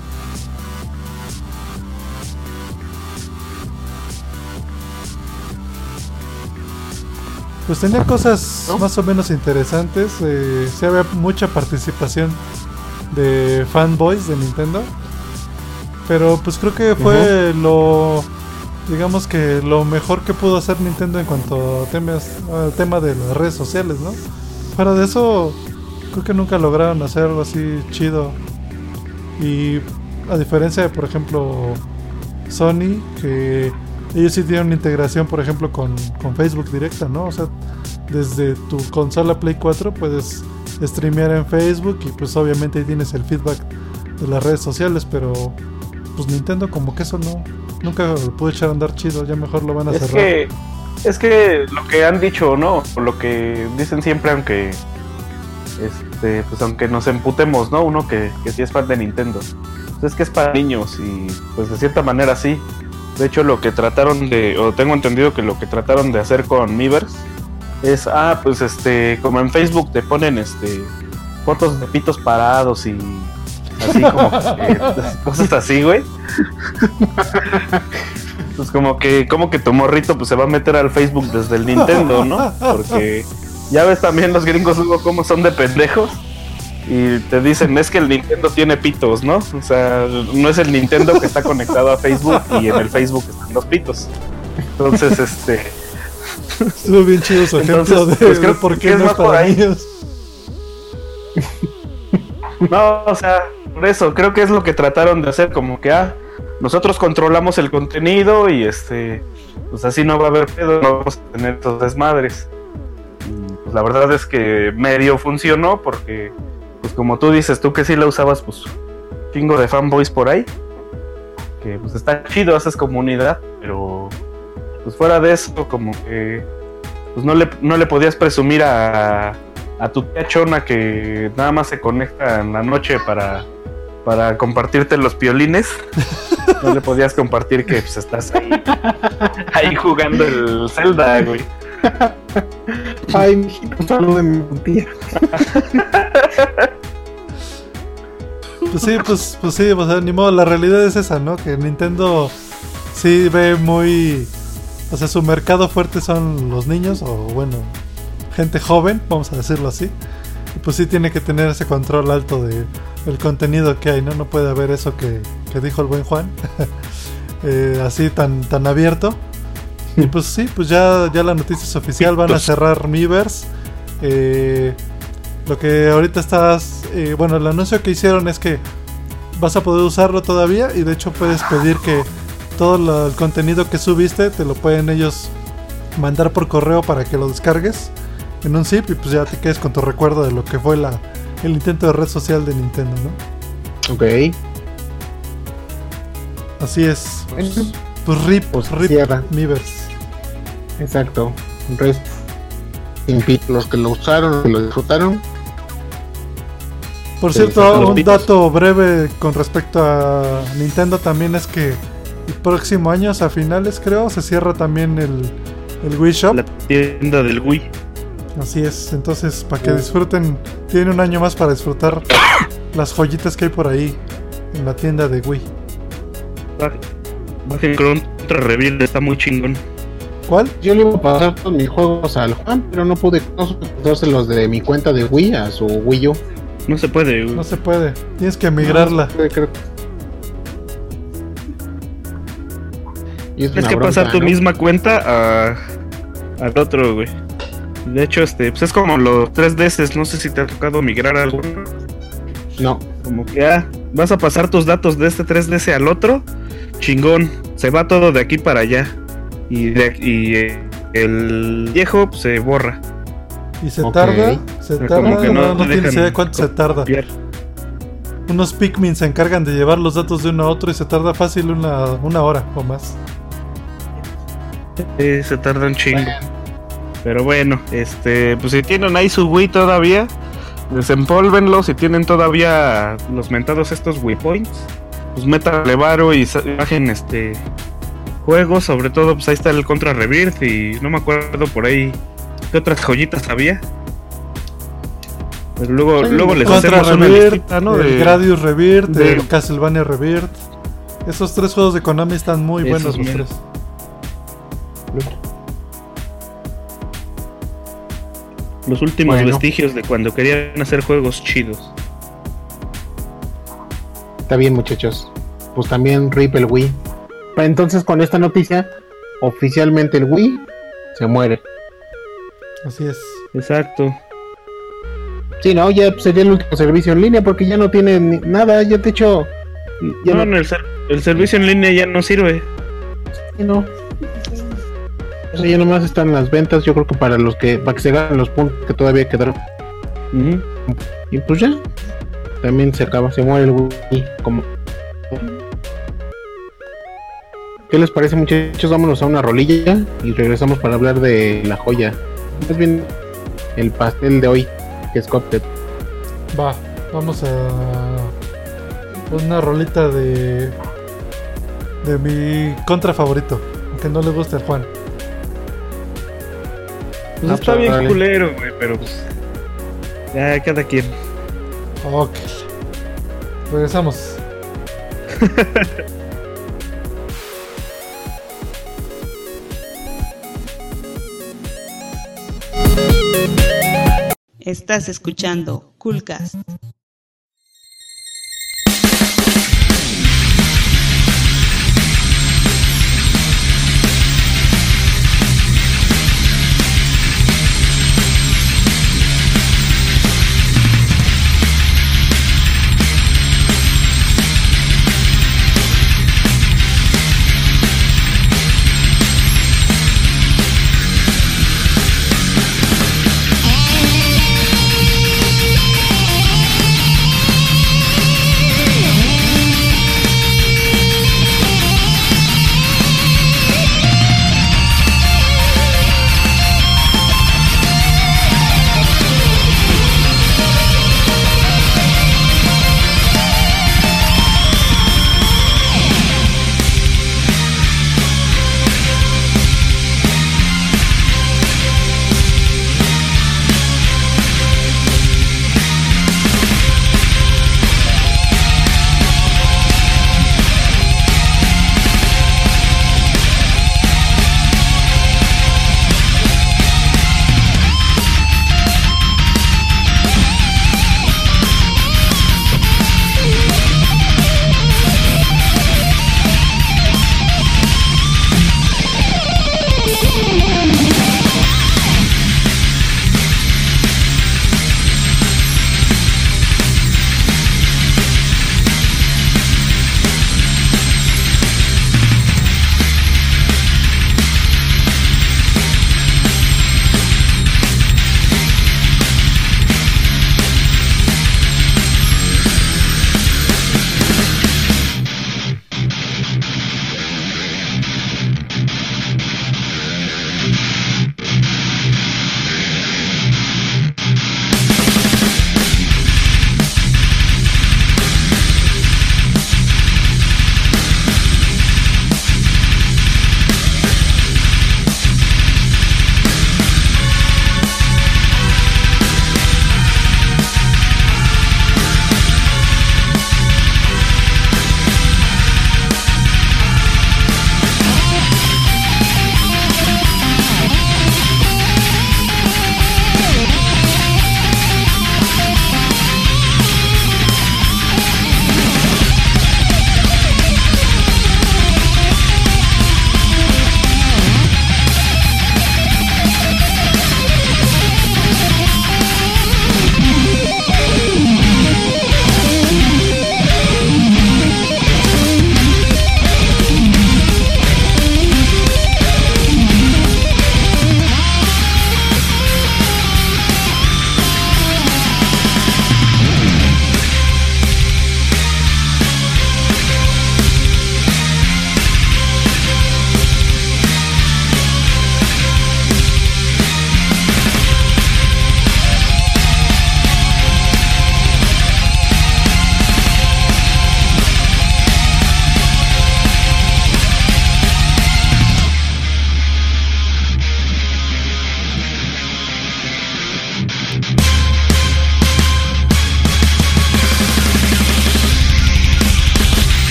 Pues tenía cosas ¿no? Más o menos interesantes. Sí había mucha participación de fanboys de Nintendo. Pero pues creo que fue digamos que lo mejor que pudo hacer Nintendo en cuanto al tema de las redes sociales, ¿no? Fuera de eso, creo que nunca lograron hacer algo así chido. Y a diferencia de, por ejemplo, Sony, que ellos sí tienen una integración, por ejemplo, con Facebook directa, ¿no? O sea, desde tu consola Play 4 puedes streamear en Facebook y pues obviamente ahí tienes el feedback de las redes sociales, pero pues Nintendo como que eso nunca lo pudo echar a andar chido, ya mejor lo van a cerrar. Es que lo que han dicho, ¿no? Lo que dicen siempre, aunque pues aunque nos emputemos, ¿no? Uno que sí es fan de Nintendo, pues es que es para niños y pues de cierta manera sí. De hecho, lo que trataron tengo entendido que lo que trataron de hacer con Miiverse es, pues como en Facebook te ponen fotos de pitos parados y así como cosas así, güey. Pues como que tu morrito pues se va a meter al Facebook desde el Nintendo, ¿no? Porque ya ves también los gringos luego cómo son de pendejos y te dicen, es que el Nintendo tiene pitos, ¿no? O sea, no es el Nintendo que está conectado a Facebook y en el Facebook están los pitos. Entonces, estuvo bien chido su ejemplo pues creo por qué que es no más es para por ahí. niños. No, o sea, por eso, creo que es lo que trataron de hacer, como que, nosotros controlamos el contenido y pues así no va a haber pedo, no vamos a tener estos desmadres. Y pues la verdad es que medio funcionó porque, pues como tú dices, tú que sí la usabas, pues chingo de fanboys por ahí, que pues está chido, haces comunidad, pero pues fuera de eso, como que pues no le podías presumir a tu tía chona que nada más se conecta en la noche para compartirte los piolines. No le podías compartir que pues estás ahí jugando el Zelda, güey. Ay, mijito, salude mi tía. Pues sí, o sea, ni modo, la realidad es esa, ¿no? Que Nintendo sí ve muy... O sea, su mercado fuerte son los niños, o bueno, gente joven, vamos a decirlo así. Y pues sí tiene que tener ese control alto del contenido que hay, ¿no? No puede haber eso que dijo el buen Juan. Así tan abierto. Y pues sí, pues ya la noticia es oficial, van a cerrar Miiverse. Lo que ahorita bueno, el anuncio que hicieron es que vas a poder usarlo todavía y de hecho puedes pedir que todo el contenido que subiste te lo pueden ellos mandar por correo para que lo descargues en un zip y pues ya te quedes con tu recuerdo de lo que fue el intento de red social de Nintendo, ¿no? Ok. Así es. Pues RIP Miiverse. Exacto. Rest in peace. Los que lo usaron y lo disfrutaron. Por cierto, un dato breve con respecto a Nintendo también es que el próximo año, a finales creo, se cierra también el Wii Shop. La tienda del Wii. Así es, entonces para que disfruten, tienen un año más para disfrutar las joyitas que hay por ahí en la tienda de Wii. Bajen contra Rebelde, está muy chingón. ¿Cuál? Yo le iba a pasar todos mis juegos al Juan, pero no pude pasárselos de mi cuenta de Wii a su Wii U. No se puede, güey. No se puede, tienes que migrarla. Creo. Tienes que pasar tu misma cuenta al otro, güey. De hecho, pues es como los 3DS, no sé si te ha tocado migrar a alguno. No. Como que vas a pasar tus datos de este 3DS al otro, chingón, se va todo de aquí para allá. Y el viejo pues, se borra. Y se tarda, como que no tienes idea de cuánto se tarda. Unos Pikmin se encargan de llevar los datos de uno a otro y se tarda fácil una hora o más. Se tarda un chingo. Pero bueno, pues si tienen ahí su Wii todavía, desempólvenlos y tienen todavía los mentados estos waypoints, pues métanle varo y bajen juegos, sobre todo pues ahí está el Contra Rebirth y no me acuerdo por ahí qué otras joyitas había. Pero luego les Contra hacemos una Rebirth, listita, ¿no? el Gradius Rebirth, el Castlevania Rebirth. Esos 3 juegos de Konami están muy buenos los 3. Los últimos vestigios de cuando querían hacer juegos chidos. Está bien, muchachos. Pues también RIP el Wii. Entonces, con esta noticia, oficialmente el Wii se muere. Así es. Exacto. Sí, no, ya sería el último servicio en línea porque ya no tiene nada. Ya te hecho. Ya no, el servicio en línea ya no sirve. Sí, no. O sea, ya nomás están las ventas. Yo creo que para que se ganen los puntos que todavía quedaron. Y pues ya. También se acaba, se muere el Wii. ¿Qué les parece, muchachos? Vámonos a una rolilla y regresamos para hablar de la joya. Más bien el pastel de hoy, que es Cuphead. Vamos a una rolita de mi Contra favorito, aunque no le guste al Juan. Pues está bien culero, güey, pero pues ya cada quien. Ok. Regresamos. Estás escuchando Coolcast.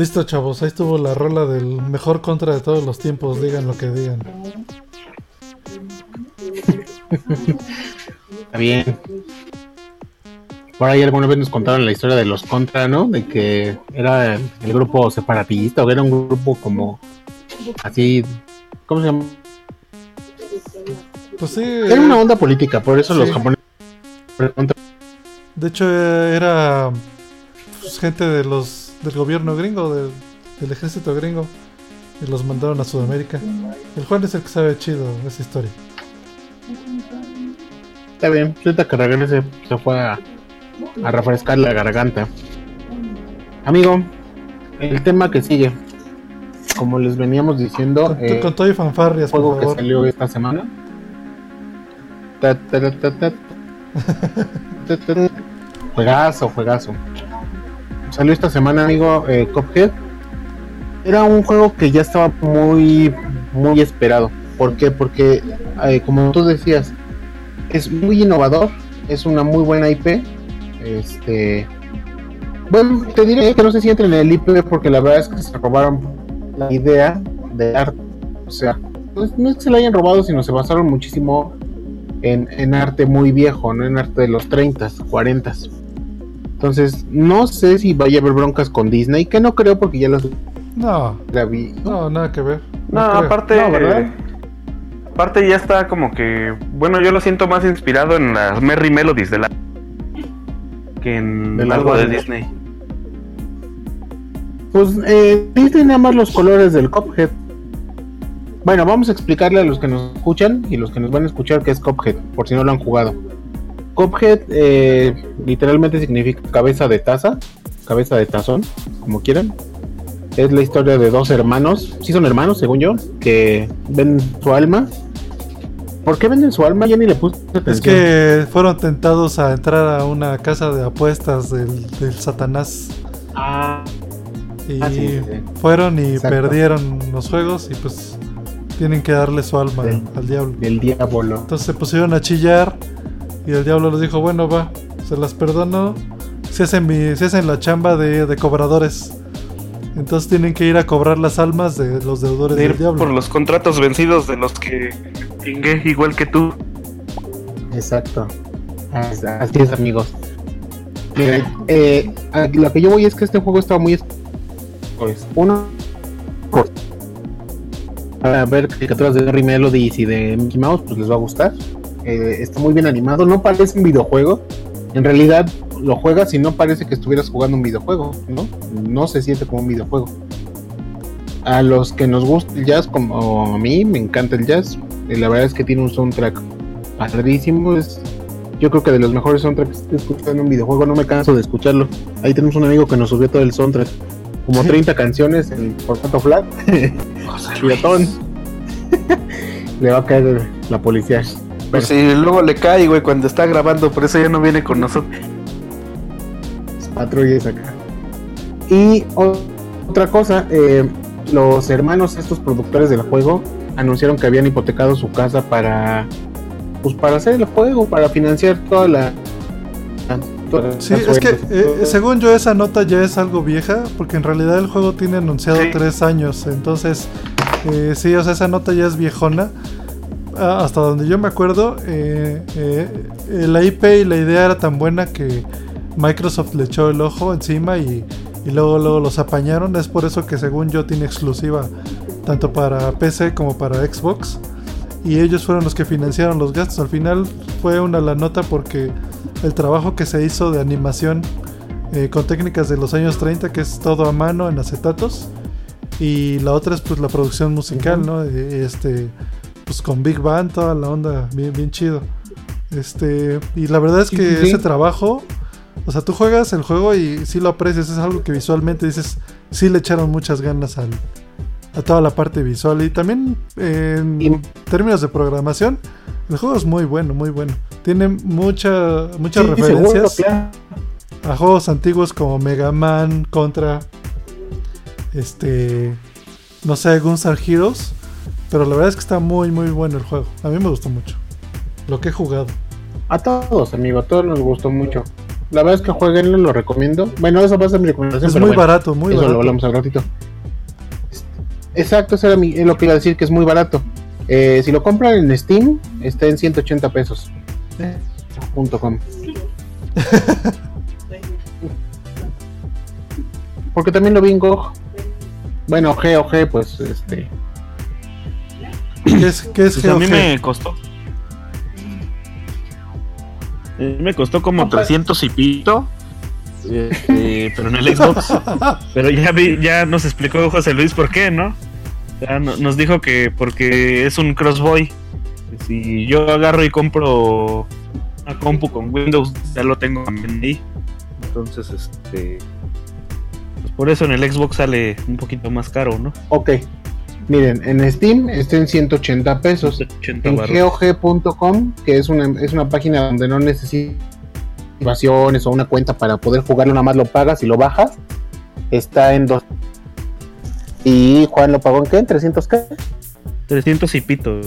Listo, chavos, ahí estuvo la rola del mejor contra de todos los tiempos, digan lo que digan. Está bien. Por ahí alguna vez nos contaron la historia de los Contra, ¿no? De que era el grupo separatista o era un grupo como así, ¿cómo se llama? Pues sí. Era una onda política, por eso sí. Los japoneses. De hecho era pues, gente del gobierno gringo, del ejército gringo, y los mandaron a Sudamérica. El Juan es el que sabe chido esa historia. Está bien, ahorita que regrese se fue a refrescar la garganta. Amigo, el tema que sigue, como les veníamos diciendo, con todo y fanfarrias, juego por favor. que salió esta semana. Juegazo. Salió esta semana, amigo, Cuphead. Era un juego que ya estaba muy esperado. ¿Por qué? Porque, como tú decías, es muy innovador, es una muy buena IP. Bueno, te diré que no se sienten en el IP porque la verdad es que se robaron la idea de arte. O sea, no es que se la hayan robado, sino se basaron muchísimo en arte muy viejo, no en arte de los 30s, 40s. Entonces, no sé si vaya a haber broncas con Disney, que no creo porque ya las vi. No, nada que ver. No, aparte, ¿verdad? Aparte ya está como que, bueno, yo lo siento más inspirado en las Merry Melodies de la que en algo de Disney. Pues Disney nada más los colores del Cuphead. Bueno, vamos a explicarle a los que nos escuchan y los que nos van a escuchar qué es Cuphead, por si no lo han jugado. Cuphead literalmente significa cabeza de taza, cabeza de tazón, como quieran. Es la historia de dos hermanos, sí son hermanos según yo, que venden su alma. ¿Por qué venden su alma? Ya ni le puse atención. Es que fueron tentados a entrar a una casa de apuestas del Satanás. Sí. Fueron y perdieron los juegos y pues tienen que darle su alma al diablo. Del diablo. Entonces se pusieron a chillar y el diablo les dijo, bueno, va, se las perdono, se hacen la chamba de cobradores. Entonces tienen que ir a cobrar las almas de los deudores del diablo. Por los contratos vencidos de los que chingué igual que tú. Exacto. Así es, amigos. Miren, lo que yo voy es que este juego estaba muy... Pues, uno... Para ver caricaturas de Merry Melodies y de Mickey Mouse, pues les va a gustar. Está muy bien animado, no parece un videojuego. En realidad lo juegas y no parece que estuvieras jugando un videojuego, ¿no? No se siente como un videojuego. A los que nos gusta el jazz, como a mí, me encanta el jazz. La verdad es que tiene un soundtrack padrísimo. Yo creo que de los mejores soundtracks que he escuchado en un videojuego. No me canso de escucharlo. Ahí tenemos un amigo que nos subió todo el soundtrack, como 30 canciones en formato flat. Piratón. Le va a caer la policía. Pues sí, luego le cae, güey, cuando está grabando. Por eso ya no viene con nosotros. Patrullas acá. Y otra cosa, los hermanos, estos productores del juego, anunciaron que habían hipotecado su casa para hacer el juego, para financiar toda la... Sí, es que según yo esa nota ya es algo vieja, porque en realidad el juego tiene anunciado 3 años, entonces sí, o sea, esa nota ya es viejona. Hasta donde yo me acuerdo, la IP y la idea era tan buena que Microsoft le echó el ojo encima y luego los apañaron. Es por eso que según yo tiene exclusiva tanto para PC como para Xbox, y ellos fueron los que financiaron los gastos. Al final fue la nota porque el trabajo que se hizo de animación con técnicas de los años 30, que es todo a mano en acetatos, y la otra es pues la producción musical, ¿no? Pues con Big Band, toda la onda bien chido. Y la verdad es que ese trabajo, o sea, tú juegas el juego y sí lo aprecias, es algo que visualmente dices, sí le echaron muchas ganas a toda la parte visual. Y también en términos de programación, el juego es muy bueno, muy bueno. Tiene muchas referencias a juegos antiguos como Mega Man, Contra, no sé, Gunstar Heroes. Pero la verdad es que está muy muy bueno el juego. A mí me gustó mucho lo que he jugado. A todos, amigo, a todos nos gustó mucho. La verdad es que jueguenlo, lo recomiendo. Bueno, eso va a ser mi recomendación. Es pero muy bueno, barato, muy eso barato. Lo hablamos al ratito. Exacto, eso era es lo que iba a decir, que es muy barato. Si lo compran en Steam, está en 180 pesos. .com. Porque también lo vi en GOG. Bueno, GOG, pues ¿Qué es Pues a mí GOG? me costó. Me costó como 300 y pito. Pero en el Xbox. Pero ya nos explicó José Luis por qué, ¿no? Ya nos dijo que porque es un crossboy. Si yo agarro y compro una compu con Windows, ya lo tengo también ahí. Entonces, pues por eso en el Xbox sale un poquito más caro, ¿no? Ok. Miren, en Steam está en 180 pesos. 180 En barros. GOG.com, que es una página donde no necesitas activaciones o una cuenta para poder jugarlo, nada más lo pagas y lo bajas, está en 2. ¿Y Juan lo pagó en qué? ¿En 300 qué? 300 y pito.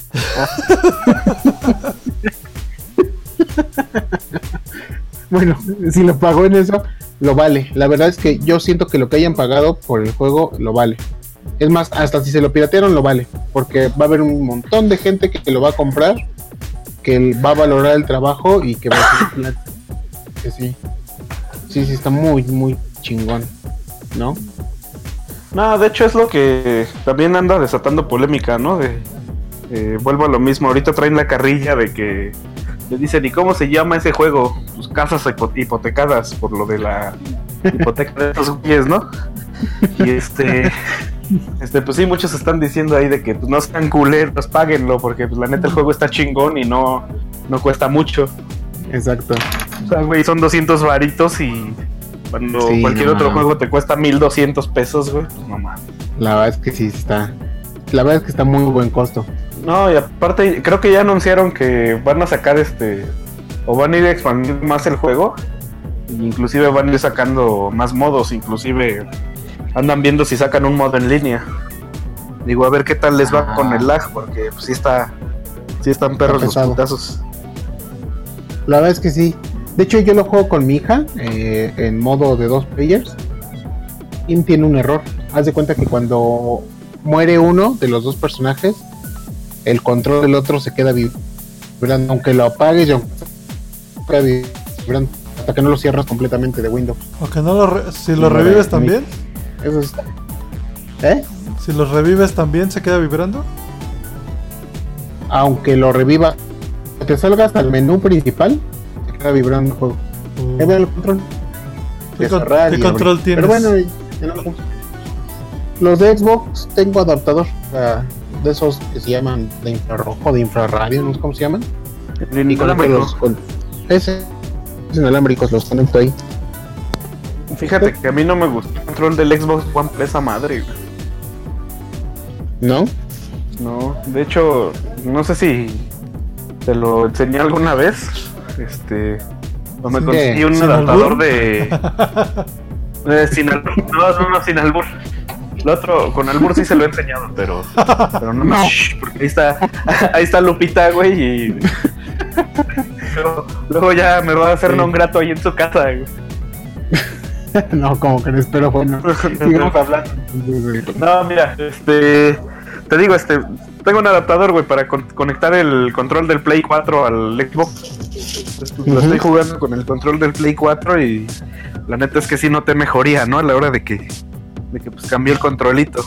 Bueno, si lo pagó en eso, lo vale. La verdad es que yo siento que lo que hayan pagado por el juego lo vale. Es más, hasta si se lo piratearon lo vale, porque va a haber un montón de gente que lo va a comprar, que va a valorar el trabajo y que va a decir que sí. Sí, está muy, muy chingón, ¿no? No, de hecho es lo que también anda desatando polémica, ¿no? Vuelvo a lo mismo, ahorita traen la carrilla de que le dicen, ¿y cómo se llama ese juego? Pues casas hipotecadas por lo de la hipoteca de estos güeyes, ¿no? Y pues sí, muchos están diciendo ahí de que pues, no sean culeros, páguenlo, porque pues la neta el juego está chingón y no cuesta mucho. Exacto. O sea, güey, son 200 varitos y cuando Sí, cualquier no otro mames. juego te cuesta 1200 pesos, güey, pues no mames. La verdad es que sí está. La verdad es que está muy buen costo. No, y aparte creo que ya anunciaron que van a sacar o van a ir expandiendo más el juego. Inclusive van a ir sacando más modos, inclusive andan viendo si sacan un modo en línea. Digo, a ver qué tal les va con el lag, porque pues, sí están perros los pesado. putazos. La verdad es que sí. De hecho, yo lo juego con mi hija en modo de 2 players. Y tiene un error. Haz de cuenta que cuando muere uno de los dos personajes, el control del otro se queda vibrando. Aunque lo apagues, y aunque se queda vibrando, hasta que no lo cierras completamente de Windows. Aunque no si lo revives también. Eso es. Si los revives también, ¿se queda vibrando? Aunque lo reviva, te salga hasta el menú principal, se queda vibrando el juego. Ahí va el control. ¿Qué, De cerrar qué y control abrir. tienes? Pero bueno, ya no lo uso. Los de Xbox tengo adaptador, de esos que se llaman de infrarrojo, de infrarradio, no sé cómo se llaman. Y conecto los ese inalámbricos, los conecto ahí. Fíjate que a mí no me gustó el control del Xbox One, esa madre, güey. ¿No? No, de hecho, no sé si te lo enseñé alguna vez. O me Sí, conseguí un ¿sin adaptador albur? sin albur. No, sin albur. El otro, con albur sí se lo he enseñado, pero no me. Porque ahí está Lupita, güey, y. Luego ya me va a hacer un grato ahí en su casa, güey. No, como que no espero, bueno. Sigamos hablando. No, mira, te digo, tengo un adaptador, güey, para conectar el control del Play 4 al Xbox. Lo estoy jugando con el control del Play 4 y la neta es que sí noté mejoría, ¿no? A la hora de que pues cambié el controlito.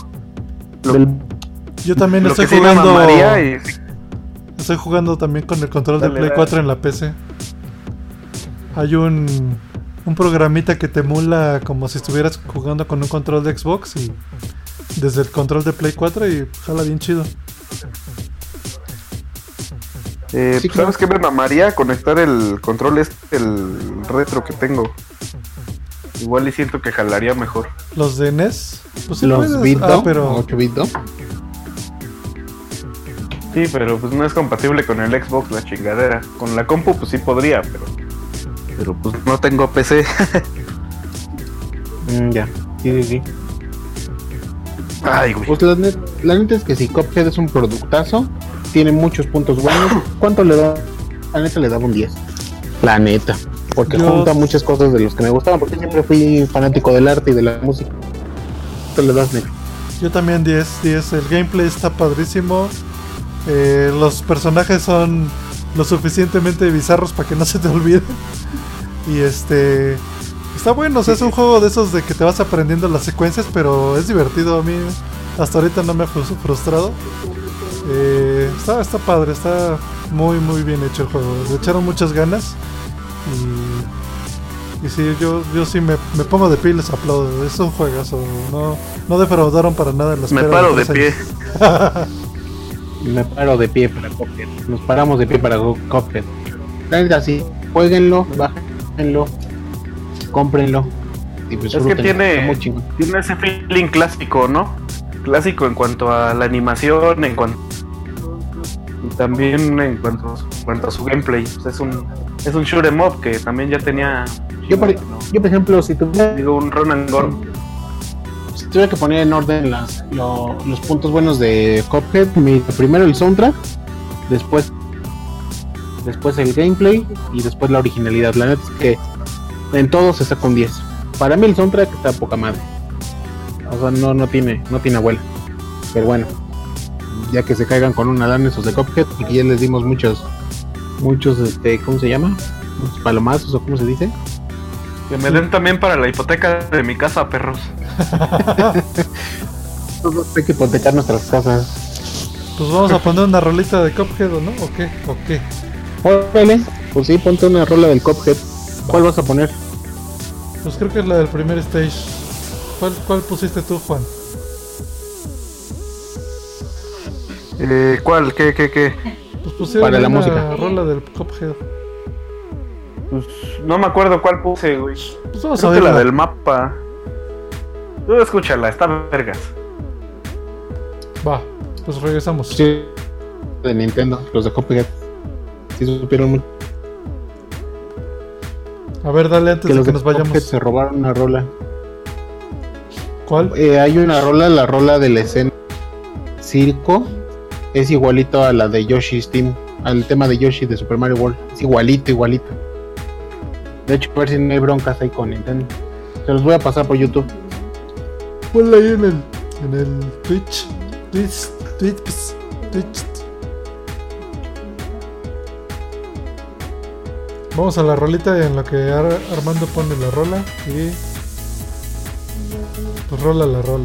Yo también Lo estoy que sí me jugando. mamaría y Estoy jugando también con el control de Dale, Play dale. 4 en la PC. Hay un programita que te emula como si estuvieras jugando con un control de Xbox y desde el control de Play 4 y jala bien chido. Sí, ¿sabes qué me mamaría? Conectar el control el retro que tengo. Igual y siento que jalaría mejor. Los de NES, pues sí Los puedes. Bitdo, Pero 8 Bitdo. Sí, pero pues no es compatible con el Xbox la chingadera. Con la compu pues sí podría, pero pues no tengo PC. Ya, sí. Ay, güey. Pues la neta es que si Cuphead es un productazo, tiene muchos puntos buenos. ¿Cuánto le da? La neta le daba un 10. La neta. porque junta muchas cosas de los que me gustaban, porque siempre fui fanático del arte y de la música. ¿Qué le das, Nick? Yo también 10. El gameplay está padrísimo. Los personajes son lo suficientemente bizarros para que no se te olviden. Y está bueno, o sea, es un juego de esos de que te vas aprendiendo las secuencias, pero es divertido. A mí hasta ahorita no me ha frustrado. Está padre, está muy muy bien hecho el juego. Le echaron muchas ganas. Y sí, yo sí me pongo de pie y les aplaudo. Es un juegazo. No defraudaron para nada en las Me paro de pie. Me paro de pie para Cuphead. Nos paramos de pie para Cuphead. Así, jueguenlo, bájenlo, cómprenlo. Y pues es que tiene ese feeling clásico, ¿no? Clásico en cuanto a la animación, y también en cuanto a su gameplay. Pues es un shoot 'em up que también ya tenía. Yo por ejemplo, si tuviera un run and gun, si tuviera que poner en orden los puntos buenos de Cuphead, primero el soundtrack, después el gameplay y después la originalidad. La neta es que en todo se saca un 10. Para mí el soundtrack está poca madre. O sea, no tiene abuela. Pero bueno, ya que se caigan con una lana esos de Cuphead, y que ya les dimos muchos ¿cómo se llama? Muchos palomazos, o ¿cómo se dice? Que me den también para la hipoteca de mi casa, perros. Todos hay que hipotecar nuestras casas. Pues vamos a poner una rolita de Cuphead, ¿no? ¿O qué? Órale, pues sí, ponte una rola del Cuphead. ¿Cuál vas a poner? Pues creo que es la del primer stage. ¿Cuál pusiste tú, Juan? ¿Cuál? ¿Qué? Pues pusieron para la una música. rola del Cuphead. Pues no me acuerdo cuál puse, güey. Pues vamos Creo a que ver la del mapa. Tú escúchala, está vergas. Va, pues regresamos. Sí, de Nintendo, los de Cuphead. Sí supieron mucho. A ver, dale antes Que de los que de nos vayamos. Cuphead se robaron una rola. ¿Cuál? Hay una rola, la rola de la escena circo. Es igualito a la de Yoshi's Team, al tema de Yoshi de Super Mario World. Es igualito. De hecho, a ver si no hay broncas ahí con Nintendo. Se los voy a pasar por YouTube. Ponla ahí en el Twitch. Vamos a la rolita en lo que Armando pone la rola y pues rola la rola.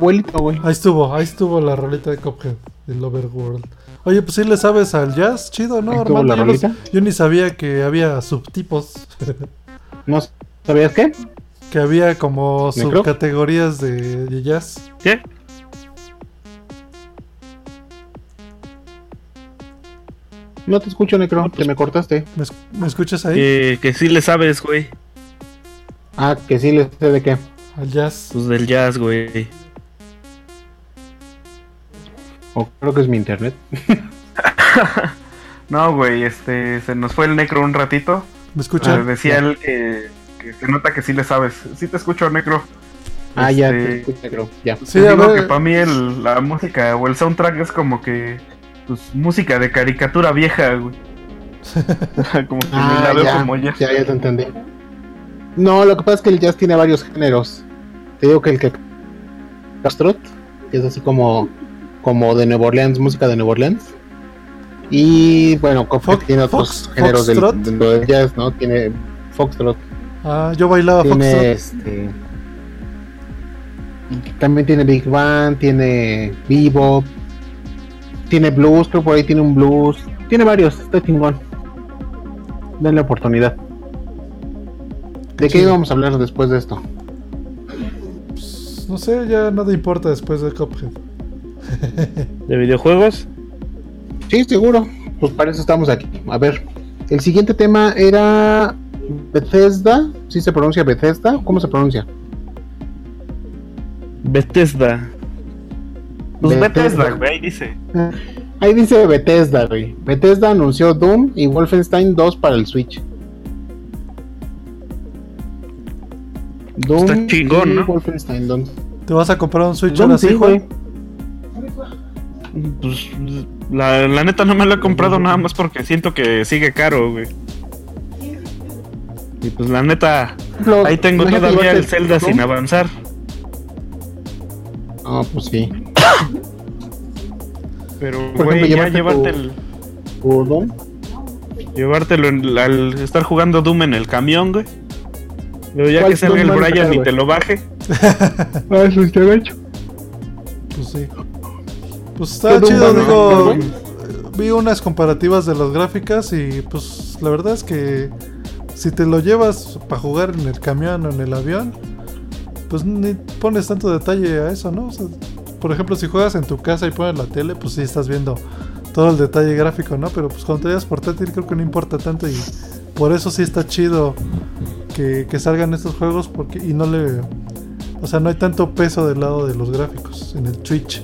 abuelito, güey. Ahí estuvo la rolita de Cuphead, el Overworld. Oye, pues sí le sabes al jazz, chido, ¿no, Armando? Yo ni sabía que había subtipos. ¿No sabías qué? Que había como subcategorías de jazz. ¿Qué? No te escucho, Necro, te me cortaste. ¿Me escuchas ahí? Que sí le sabes, güey. Ah, que sí le sé de qué. Al jazz. Pues del jazz, güey. Creo que es mi internet. No, güey, se nos fue el Necro un ratito. ¿Me escuchan? Decía él que se nota que sí le sabes. Sí te escucho, Necro. Ya te escucho, Necro, ya. Sí, te digo que para mí la música o el soundtrack es como que pues música de caricatura vieja, güey. Como que me la veo como ya. Ya te entendí. No, lo que pasa es que el jazz tiene varios géneros. Te digo que el que Castrot, que es así como de Nueva Orleans, música de Nueva Orleans. Y bueno, tiene otros géneros del jazz, ¿no? Tiene Foxtrot. Yo bailaba tiene Foxtrot. También tiene Big Band, tiene bebop, tiene blues, creo por ahí tiene un blues. Tiene varios, está chingón. Denle oportunidad. ¿De qué íbamos a hablar después de esto? Pues, no sé, ya nada importa después de Cuphead. ¿De videojuegos? Sí, seguro. Pues para eso estamos aquí. A ver, el siguiente tema era Bethesda. ¿Sí se pronuncia Bethesda? ¿Cómo se pronuncia? Bethesda. Pues Bethesda, güey, ahí dice. Ahí dice Bethesda, güey. Bethesda anunció Doom y Wolfenstein 2 para el Switch. Doom está chingón, y ¿no? Wolfenstein 2. ¿Te vas a comprar un Switch Doom, ahora sí, güey? Pues la neta no me lo he comprado nada más porque siento que sigue caro, güey. Y pues la neta, ahí tengo todavía el Zelda sin avanzar. Ah, pues sí. Pero, por güey, ejemplo, ya llevarte Doom. Llevártelo al estar jugando Doom en el camión, güey. Pero ya que salga el Brian y te lo baje. Eso está hecho. Pues sí. Pues está chido, digo. Vi unas comparativas de las gráficas y pues la verdad es que si te lo llevas para jugar en el camión o en el avión, pues ni pones tanto detalle a eso, ¿no? O sea, por ejemplo, si juegas en tu casa y pones la tele, pues sí estás viendo todo el detalle gráfico, ¿no? Pero pues cuando te llevas portátil creo que no importa tanto y por eso sí está chido que salgan estos juegos porque no hay tanto peso del lado de los gráficos en el Switch.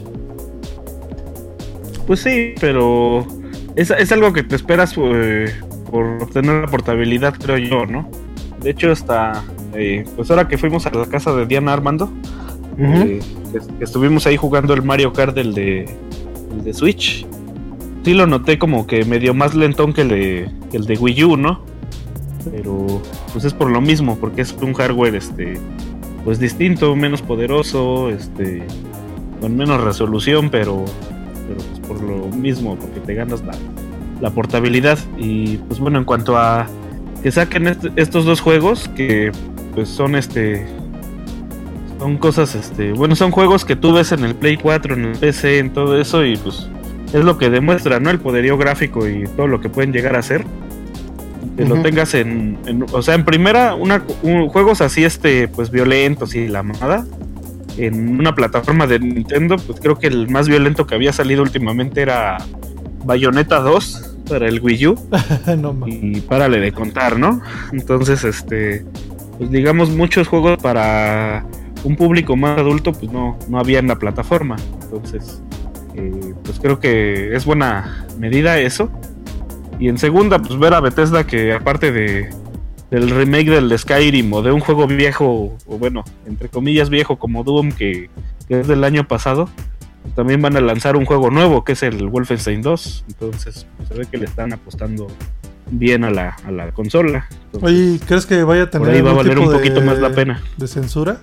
Pues sí, pero es algo que te esperas por obtener la portabilidad, creo yo, ¿no? De hecho, hasta pues ahora que fuimos a la casa de Diana Armando, estuvimos ahí jugando el Mario Kart el de Switch. Sí lo noté como que medio más lentón que el de Wii U, ¿no? Pero pues es por lo mismo, porque es un hardware pues distinto, menos poderoso, con menos resolución, pero pues por lo mismo, porque te ganas la portabilidad. Y pues bueno, en cuanto a que saquen estos dos juegos, que pues son son cosas, bueno, son juegos que tú ves en el Play 4, en el PC, en todo eso, y pues es lo que demuestra, ¿no? El poderío gráfico y todo lo que pueden llegar a hacer. Que lo tengas en primera, juegos así, pues violentos y la mamada. En una plataforma de Nintendo, pues creo que el más violento que había salido últimamente era Bayonetta 2 para el Wii U. No, y párale de contar, ¿no? Entonces, pues digamos, muchos juegos para un público más adulto, pues no había en la plataforma. Entonces, pues creo que es buena medida eso. Y en segunda, pues ver a Bethesda que aparte del remake del Skyrim o de un juego viejo, o bueno, entre comillas viejo como Doom, que es del año pasado, también van a lanzar un juego nuevo que es el Wolfenstein 2. Entonces pues, se ve que le están apostando bien a la consola. Entonces, oye, ¿crees que vaya a tener por ahí va a valer un poquito más la pena de censura?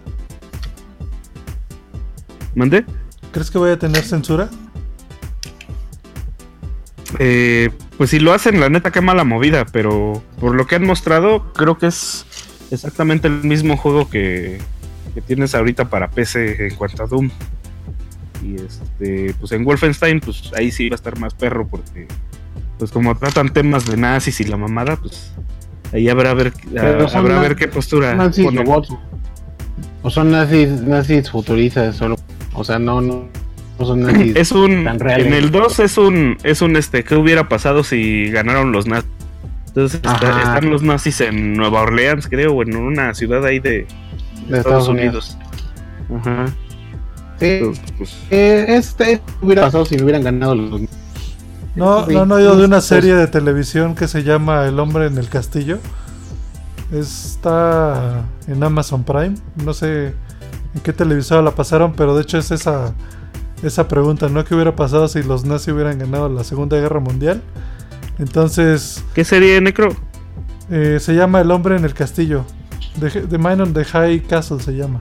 ¿Mande? ¿Crees que vaya a tener censura? Pues si lo hacen, la neta, qué mala movida, pero por lo que han mostrado, creo que es exactamente el mismo juego que tienes ahorita para PC en cuanto a Doom. Y pues en Wolfenstein, pues ahí sí va a estar más perro porque pues como tratan temas de nazis y la mamada, pues ahí habrá ver qué postura nazis ponen. Robots, o son nazis futuristas solo, o sea, no son nazis tan reales. En el 2 es un ¿qué hubiera pasado si ganaron los nazis? Entonces están los nazis en Nueva Orleans, creo, o en una ciudad ahí de Estados Unidos. Ajá. Sí, Entonces, pues, hubiera pasado si hubieran ganado los... No han oído de una serie de televisión que se llama El hombre en el castillo. Está en Amazon Prime. No sé en qué televisora la pasaron, pero de hecho es esa pregunta, ¿no? ¿Qué hubiera pasado si los nazis hubieran ganado la Segunda Guerra Mundial? Entonces... ¿Qué serie, Necro? Se llama El hombre en el castillo. The Man on the High Castle se llama.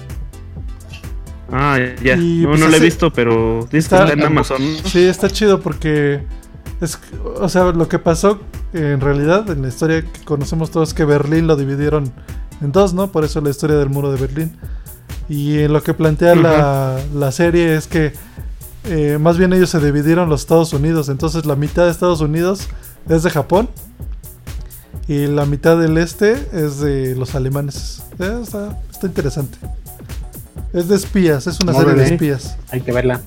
Ah, ya. Y, no lo he visto, pero está en Amazon. Sí, está chido porque o sea, lo que pasó en realidad en la historia que conocemos todos es que Berlín lo dividieron en dos, ¿no? Por eso la historia del muro de Berlín. Y en lo que plantea la serie es que más bien ellos se dividieron los Estados Unidos. Entonces la mitad de Estados Unidos es de Japón y la mitad del este es de los alemanes. Está interesante. Es de espías, es una serie de espías. Hay que verla.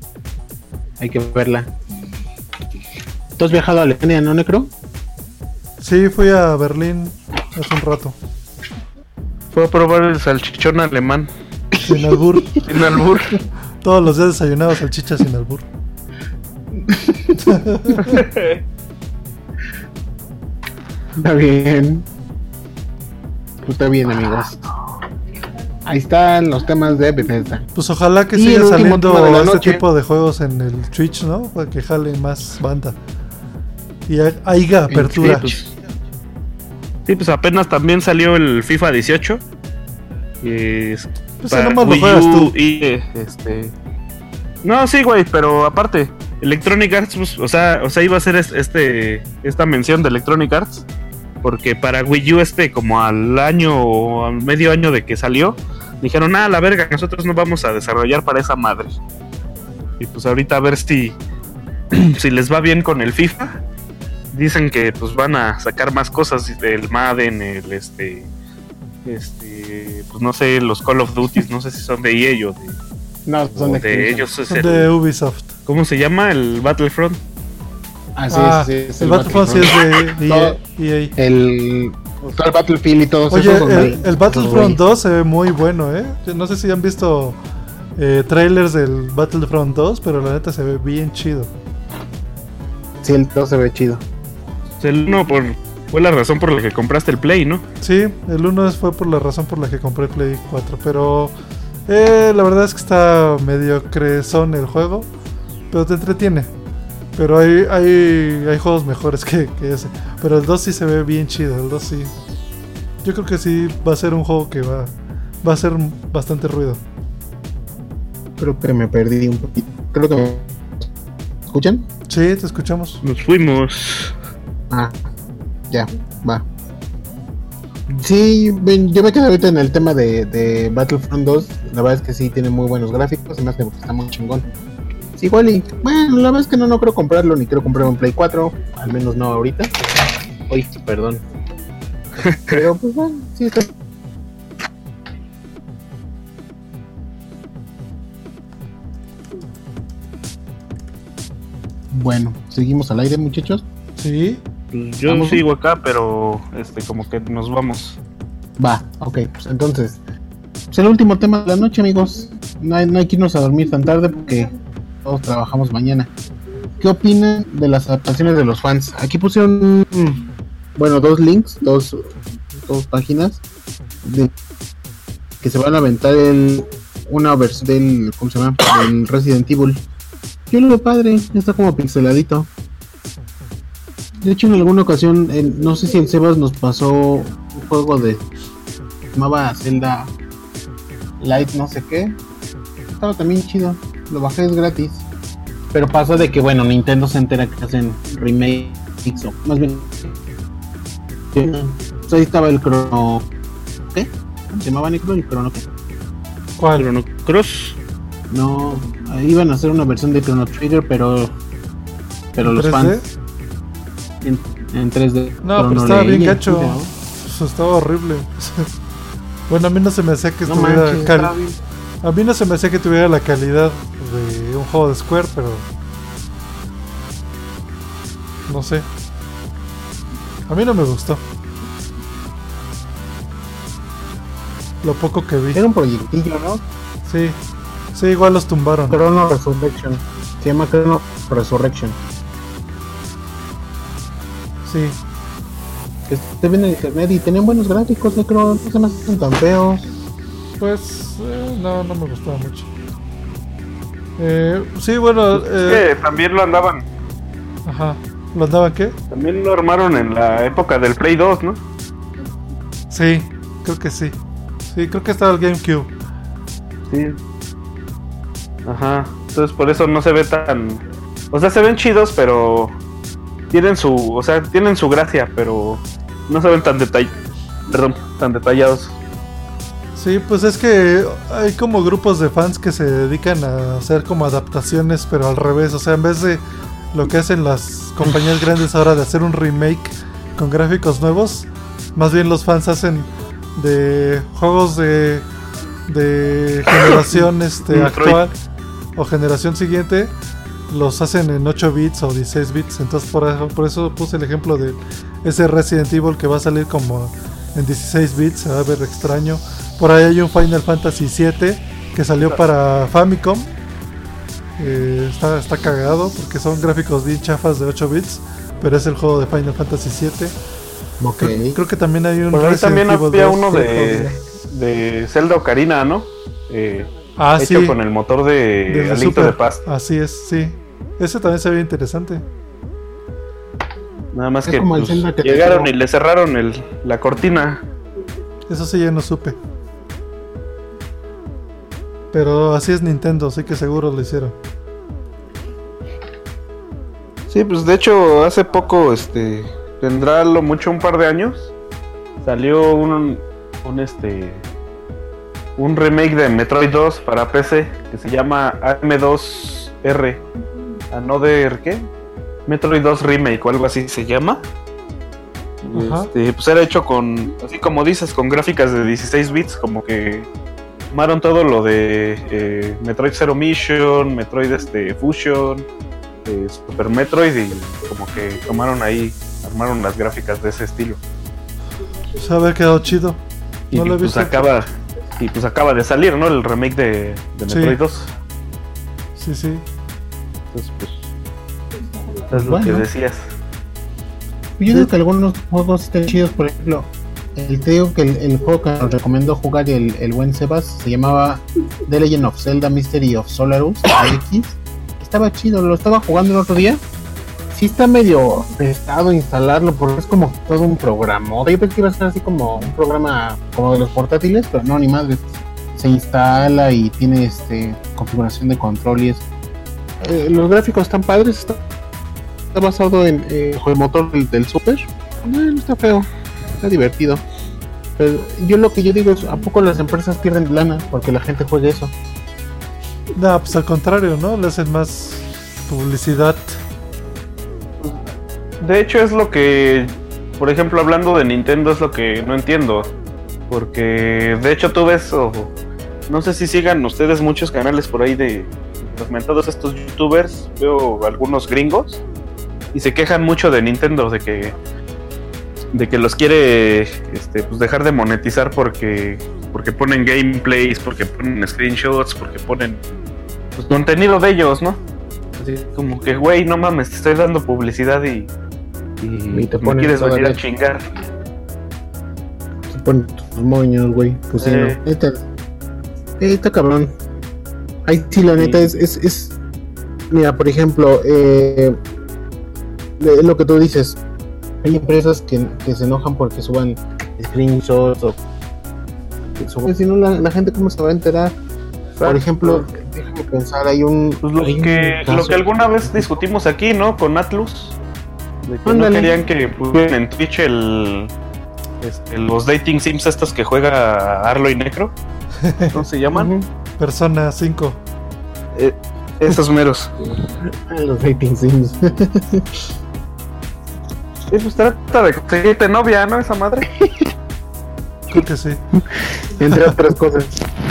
¿Tú has viajado a Alemania, no, Necro? Sí, fui a Berlín hace un rato. Fue a probar el salchichón alemán. Sin albur. Sin albur. Todos los días desayunaba salchicha sin albur. Está bien. Pues está bien, amigos. Ahí están los temas de Bethesda. Pues ojalá que siga saliendo este tipo de juegos en el Twitch, ¿no? Para que jale más banda. Y haya apertura. Sí, pues apenas también salió el FIFA 18. Pues nomás lo juegas tú. Y No, sí, güey, pero aparte, Electronic Arts, pues, o sea, iba a ser esta mención de Electronic Arts. Porque para Wii U como al año o al medio año de que salió, dijeron, la verga, nosotros no vamos a desarrollar para esa madre. Y pues ahorita a ver si les va bien con el FIFA. Dicen que pues van a sacar más cosas del Madden, pues no sé, los Call of Duty, no sé si son de EA o de... No, son de ellos. Son de Ubisoft. ¿Cómo se llama? El Battlefront. Sí, es el Battlefront sí es de EA. El Battlefield y todo eso. Oye, el Battlefront 2 se ve muy bueno, ¿eh? No sé si han visto trailers del Battlefront 2, pero la neta se ve bien chido. Sí, el 2 se ve chido. El 1 fue la razón por la que compraste el Play, ¿no? Sí, el 1 fue por la razón por la que compré el Play 4, pero la verdad es que está medio crezón el juego, pero te entretiene. Pero hay juegos mejores que ese. Pero el 2 sí se ve bien chido. El 2 sí. Yo creo que sí va a ser un juego que va a hacer bastante ruido. Creo que me perdí un poquito. Creo que me escuchan. Sí, te escuchamos. Nos fuimos. Ya, va. Sí, yo me quedé ahorita en el tema de Battlefront 2. La verdad es que sí tiene muy buenos gráficos. Además que está muy chingón. Sí, igual y bueno, la verdad es que no quiero comprarlo, ni quiero comprarlo en Play 4, al menos no ahorita. Uy, perdón. Pero pues bueno, sí está. Bueno, seguimos al aire, muchachos. Sí. Pues yo sigo acá, pero como que nos vamos. Va, ok, pues entonces pues el último tema de la noche, amigos. No hay que irnos a dormir tan tarde porque todos trabajamos mañana. ¿Qué opinan de las adaptaciones de los fans? Aquí pusieron, dos links, dos páginas de que se van a aventar una versión del, ¿cómo se llama? Del Resident Evil. Yo lo veo padre, está como pixeladito. De hecho, en alguna ocasión, no sé si el Sebas nos pasó un juego se llamaba Zelda Light no sé qué. Estaba también chido. Lo bajé, es gratis. Pero pasó de que, Nintendo se entera que hacen remakes o más bien... Pues ahí estaba el Chrono... ¿Qué? ¿Cómo se llamaba, Necro? ¿El Chrono qué? ¿Cuál? ¿Chrono Cross? No, iban a hacer una versión de Chrono Trigger, pero los 3D? fans en 3D. No, pero estaba bien gacho. Estaba horrible. Bueno, a mí no se me hacía que estuviera a mí no se me hacía que tuviera la calidad de un juego de Square, pero no sé. A mí no me gustó. Lo poco que vi. Era un proyectillo, ¿no? Sí. Sí, igual los tumbaron. Chrono Resurrection. Se llama Chrono Resurrection. Sí. Que se ven en internet y tenían buenos gráficos, no creo, no se me hacen tan feos. Pues no me gustaba mucho. Sí, bueno. Es que también lo andaban. Ajá. ¿Lo andaban qué? También lo armaron en la época del Play 2, ¿no? Sí, creo que sí. Sí, creo que estaba el GameCube. Sí. Ajá. Entonces por eso no se ve tan. O sea, se ven chidos, pero tienen su gracia, pero no se ven tan detallados. Sí, pues es que hay como grupos de fans que se dedican a hacer como adaptaciones, pero al revés. O sea, en vez de lo que hacen las compañías grandes ahora de hacer un remake con gráficos nuevos, más bien los fans hacen de juegos de generación actual o generación siguiente, los hacen en 8 bits o 16 bits. Entonces por eso puse el ejemplo de ese Resident Evil que va a salir como en 16 bits, se va a ver extraño. Por ahí hay un Final Fantasy VII que salió para Famicom. Está cagado porque son gráficos bien chafas de 8 bits, pero es el juego de Final Fantasy VII. Okay. Creo que también hay un Por ahí Resident también Evil había 2, uno de Zelda Ocarina, ¿no? Hecho sí, con el motor de A Link to the Past. Así es, sí. Ese también se ve interesante. Nada más Es que, como el pues, Zelda que llegaron te y le cerraron la cortina. Eso sí ya no supe. Pero así es Nintendo, así que seguro lo hicieron. Sí, pues de hecho hace poco, tendrá lo mucho un par de años, salió un remake de Metroid 2 para PC que se llama AM2R. Another, ¿qué? Metroid 2 Remake o algo así se llama. Pues era hecho con, así como dices, con gráficas de 16 bits, como que tomaron todo lo de Metroid Zero Mission, Metroid Fusion, Super Metroid, y como que tomaron ahí, armaron las gráficas de ese estilo. Pues haber quedado chido. Y No lo he pues visto. acaba de salir, ¿no? El remake de Metroid Sí. 2. Sí, sí. Entonces, pues es lo que decías. Yo digo que algunos juegos están chidos, por ejemplo, te digo que el juego que nos recomendó jugar el buen Sebas se llamaba The Legend of Zelda Mystery of Solarus X. Estaba chido, lo estaba jugando el otro día. Sí está medio pesado instalarlo porque es como todo un programa. Yo pensé que iba a ser así como un programa como de los portátiles, pero no, ni madre. Se instala y tiene configuración de control y es. Los gráficos están padres, está basado en el motor del Super. No está feo, está divertido. Pero lo que yo digo es, ¿a poco las empresas pierden lana porque la gente juegue eso? No, pues al contrario, ¿no? Le hacen más publicidad. De hecho es lo que, por ejemplo, hablando de Nintendo, es lo que no entiendo. Porque de hecho tú ves, no sé si sigan ustedes muchos canales por ahí de los mentados estos youtubers, veo algunos gringos y se quejan mucho de Nintendo, de que los quiere pues dejar de monetizar porque ponen gameplays, porque ponen screenshots, porque ponen pues contenido de ellos, ¿no? Así como que, güey, no mames, te estoy dando publicidad y te me ponen quieres toda venir a la- chingar. Se ponen tus moños, güey. Pues sí, no. Está cabrón. Ahí sí, la neta es. Mira, por ejemplo, lo que tú dices. Hay empresas que se enojan porque suban screenshots o. Si no, la gente, ¿cómo se va a enterar? Por ejemplo, déjame pensar, hay un. Pues lo que alguna vez discutimos aquí, ¿no? Con Atlus. De que Ándale. no querían que pusieran en Twitch los dating sims estos que juega Arlo y Necro. ¿Cómo se llaman? Persona 5. Esos meros. Los dating sims. Sí, pues trata de conseguirte novia, ¿no? Esa madre. Creo que sí. Entre otras cosas.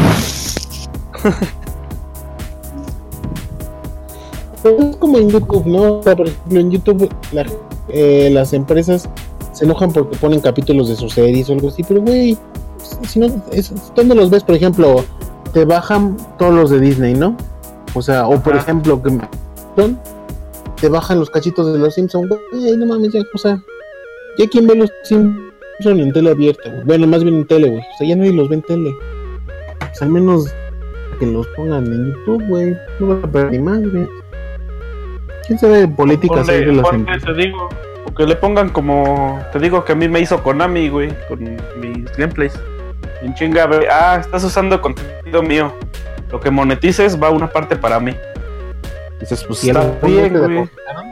Es como en YouTube, ¿no? O sea, por ejemplo, en YouTube las empresas se enojan porque ponen capítulos de sus series o algo así, pero güey, si no, ¿dónde los ves? Por ejemplo, te bajan todos los de Disney, ¿no? O sea, o por ejemplo, que te bajan los cachitos de los Simpsons, güey, no mames, ya, o sea, ya quien ve los Simpsons en tele abierta, güey. Bueno, más bien en tele, güey. O sea, ya nadie los ve en tele. O sea, al menos que los pongan en YouTube, güey. No van a perder ni más, güey. ¿Quién sabe de políticas ahí de las empresas? Te digo, o que le pongan como, te digo que a mí me hizo Konami, güey, con mis gameplays. En chinga, güey, estás usando contenido mío. Lo que monetices va una parte para mí. Dices, pues está bien, güey.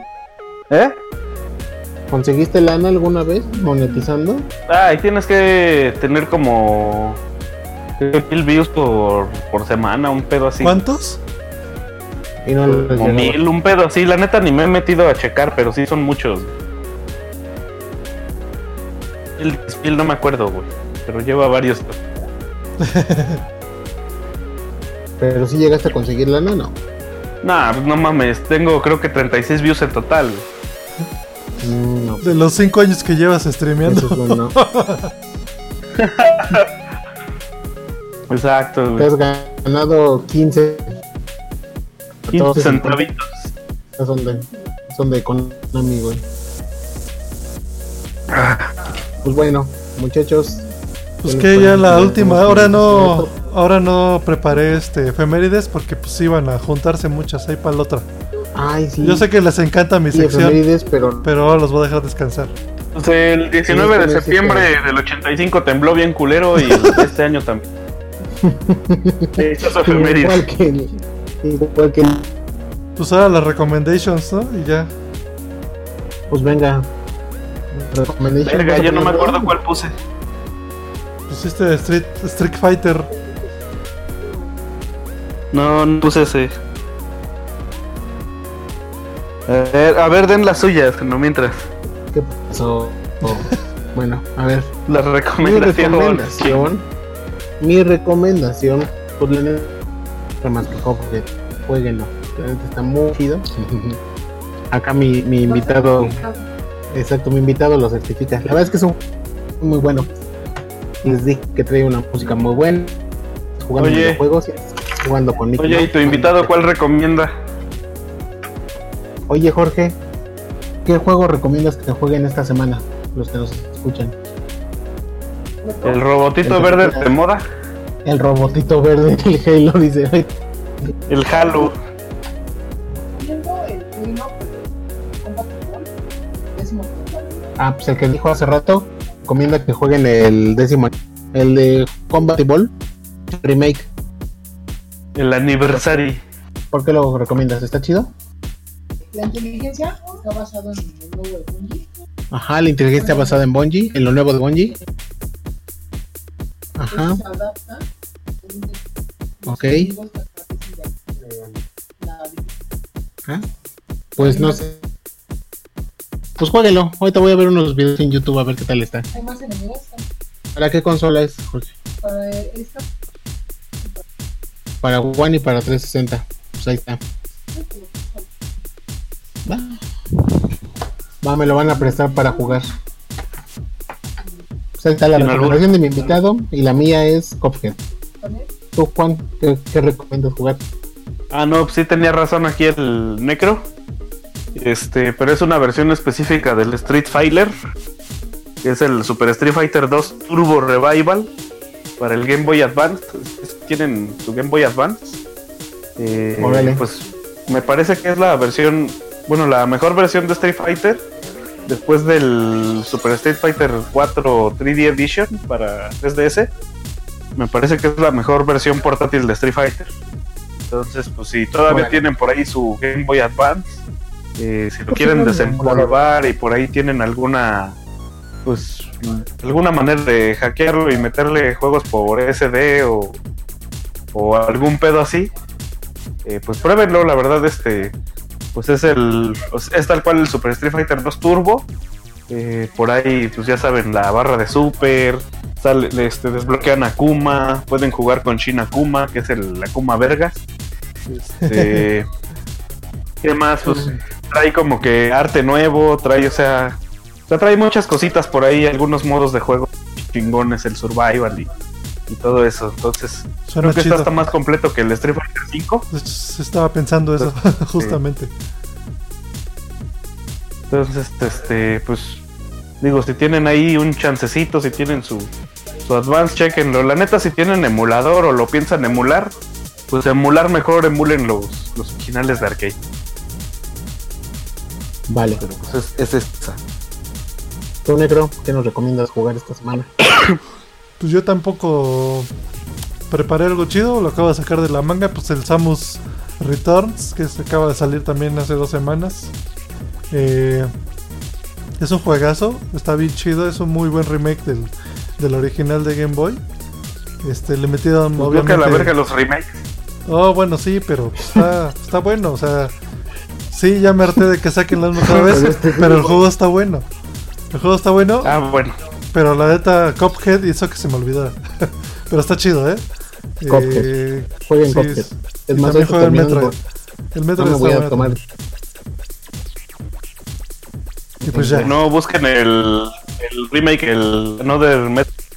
¿Conseguiste lana alguna vez monetizando? Y tienes que tener como 1000 views por semana, un pedo así. ¿Cuántos? Y no como 1000, un pedo así. La neta ni me he metido a checar, pero sí son muchos. El no me acuerdo, güey, pero lleva varios. Pero si llegaste a conseguir lana, ¿no? Nah, pues no mames, tengo creo que 36 views en total. No. De los 5 años que llevas streameando. Eso es bueno. Exacto, güey. Te has ganado 15 centavitos. Son de Konami, güey. Pues bueno, muchachos. Pues que ya la última, ahora no preparé efemérides porque pues iban a juntarse muchas ahí para la otra. Ay, sí. Yo sé que les encanta mi sección, pero ahora los voy a dejar descansar. Pues el 19 de septiembre del 85 tembló bien culero y este año también. Esas efemérides. Igual que Pues ahora las recommendations, ¿no? Y ya. Pues venga. Verga, yo no me acuerdo cuál puse. Pusiste Street Fighter. No puse ese. A ver, den las suyas, no mientras. ¿Qué pasó? Bueno, a ver. La recomendación. Mi recomendación, pues la neta, más que porque jueguenlo. La neta está muy chido. Acá mi invitado. Exacto, mi invitado lo certifica. La verdad es que es un muy bueno. Les dije que trae una música muy buena. Jugando videojuegos, jugando con Nick. Oye, ¿y tu invitado cuál recomienda? Oye, Jorge, ¿qué juego recomiendas que jueguen esta semana? Los que nos escuchan. ¿El robotito verde de moda? El robotito verde del Halo, dice. El Halo. Pues el que dijo hace rato, recomienda que jueguen el de Combat Ball Remake. El Anniversary. ¿Por qué lo recomiendas? ¿Está chido? La inteligencia está basada en el nuevo de Bungie. Ajá, la inteligencia basada en Bungie, en lo nuevo de Bungie. Ajá. Se adapta. Ok. Pues no sé. Pues jueguelo. Ahorita voy a ver unos videos en YouTube a ver qué tal está. Hay más enemigos. ¿Para qué consola es, Jorge? Para esta. Para One y para 360. Pues ahí está. Va, me lo van a prestar para jugar. Pues ahí está la recomendación de mi invitado y la mía es Cuphead. ¿Tú, Juan, qué recomiendas jugar? No, pues sí tenía razón aquí el Necro. Pero es una versión específica del Street Fighter. Es el Super Street Fighter 2 Turbo Revival para el Game Boy Advance. ¿Tienen su Game Boy Advance? Pues me parece que es la versión, bueno, la mejor versión de Street Fighter después del Super Street Fighter 4 3D Edition para 3DS. Me parece que es la mejor versión portátil de Street Fighter. Entonces, pues si todavía tienen por ahí su Game Boy Advance, si lo quieren desempolvar y por ahí tienen alguna manera de hackearlo y meterle juegos por SD o algún pedo así, pues pruébenlo, la verdad, pues es tal cual el Super Street Fighter 2 Turbo. Por ahí, pues ya saben, la barra de Super, desbloquean Akuma, pueden jugar con Shin Akuma, que es el Akuma Vergas. ¿Qué más? Pues trae como que arte nuevo, trae muchas cositas por ahí, algunos modos de juego chingones, el Survival y todo eso. Entonces, suena creo que chido. está más completo que el Street Fighter 5. De hecho, se estaba pensando eso, justamente. Entonces, pues digo, si tienen ahí un chancecito, si tienen su Advance, chequenlo. La neta, si tienen emulador o lo piensan emular, pues emular mejor, emulen los originales de arcade. Vale. Pero pues es esa. Tú, Negro, ¿qué nos recomiendas jugar esta semana? Pues yo tampoco preparé algo chido, lo acabo de sacar de la manga, pues el Samus Returns, que se acaba de salir también hace 2 semanas. Es un juegazo, está bien chido, es un muy buen remake del original de Game Boy. Le metieron Pues obviamente... a la verga los remakes. Oh, bueno, sí, pero está bueno, o sea... Sí, ya me harté de que saquen la otra vez, pero el juego está bueno. El juego está bueno. Ah, bueno. Pero la neta, Cuphead hizo que se me olvidara. Pero está chido, ¿eh? Cuphead. Jueguen sí, Cuphead. Es más, también juega el terminando, Metroid. El Metroid no me está voy a bueno. tomar. Y pues ya. No, busquen el remake, el Another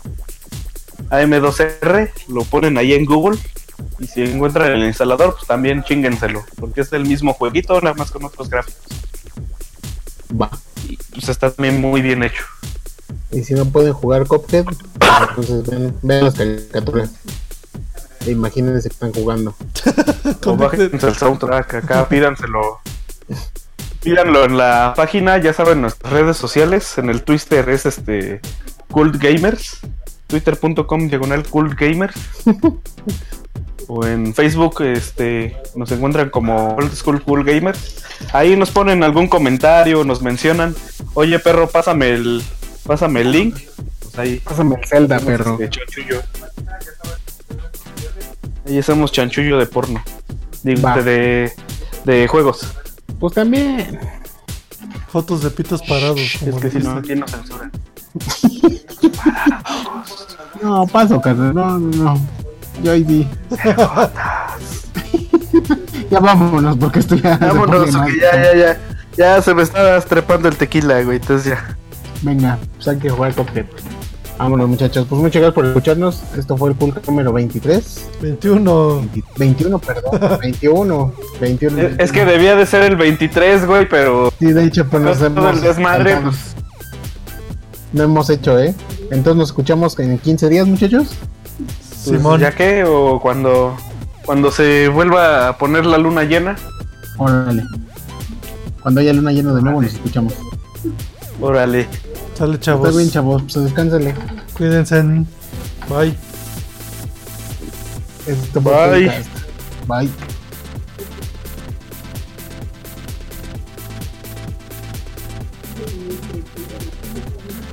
AM2R, lo ponen ahí en Google. Y si encuentran el instalador, pues también chíngenselo. Porque es el mismo jueguito, nada más con otros gráficos. Va. Y pues está también muy bien hecho. Y si no pueden jugar Cuphead, entonces ven las caricaturas. E imagínense que están jugando. O bájense el soundtrack acá, pídanselo. Pídanlo en la página, ya saben, nuestras redes sociales. En el Twitter es Cult Gamers. Twitter.com/Cult Gamers. O en Facebook nos encuentran como Old School Cool Gamers. Ahí nos ponen algún comentario, nos mencionan. Oye, perro, pásame el link. Pues ahí. Pásame el Zelda, perro. Chanchullo. Ahí hacemos chanchullo de porno. Digo, Va. de juegos. Pues también. Fotos de pitos parados. Es Como que si no, dijiste. aquí no censuran. No, paso, carnal. No. Yo ahí vi. Ya vámonos, porque estoy ya. Vámonos, se pone que mal. ya se me está trepando el tequila, güey. Entonces ya. Venga, pues hay que jugar Cuphead. Vámonos, muchachos. Pues muchas gracias por escucharnos. Esto fue el Cult número 23. 21. 21, perdón. 21. Es que debía de ser el 23, güey, pero. Sí, de hecho, pues nos todo hemos el desmadre, saltado. pues. No hemos hecho, Entonces nos escuchamos en 15 días, muchachos. Simón. ¿Ya qué? O cuando se vuelva a poner la luna llena. Órale. Cuando haya luna llena de nuevo nos escuchamos. Órale. Sale, chavos. Está bien, chavos. Pues descánsenle. Cuídense. Bye. Esto fue Bye. Podcast. Bye.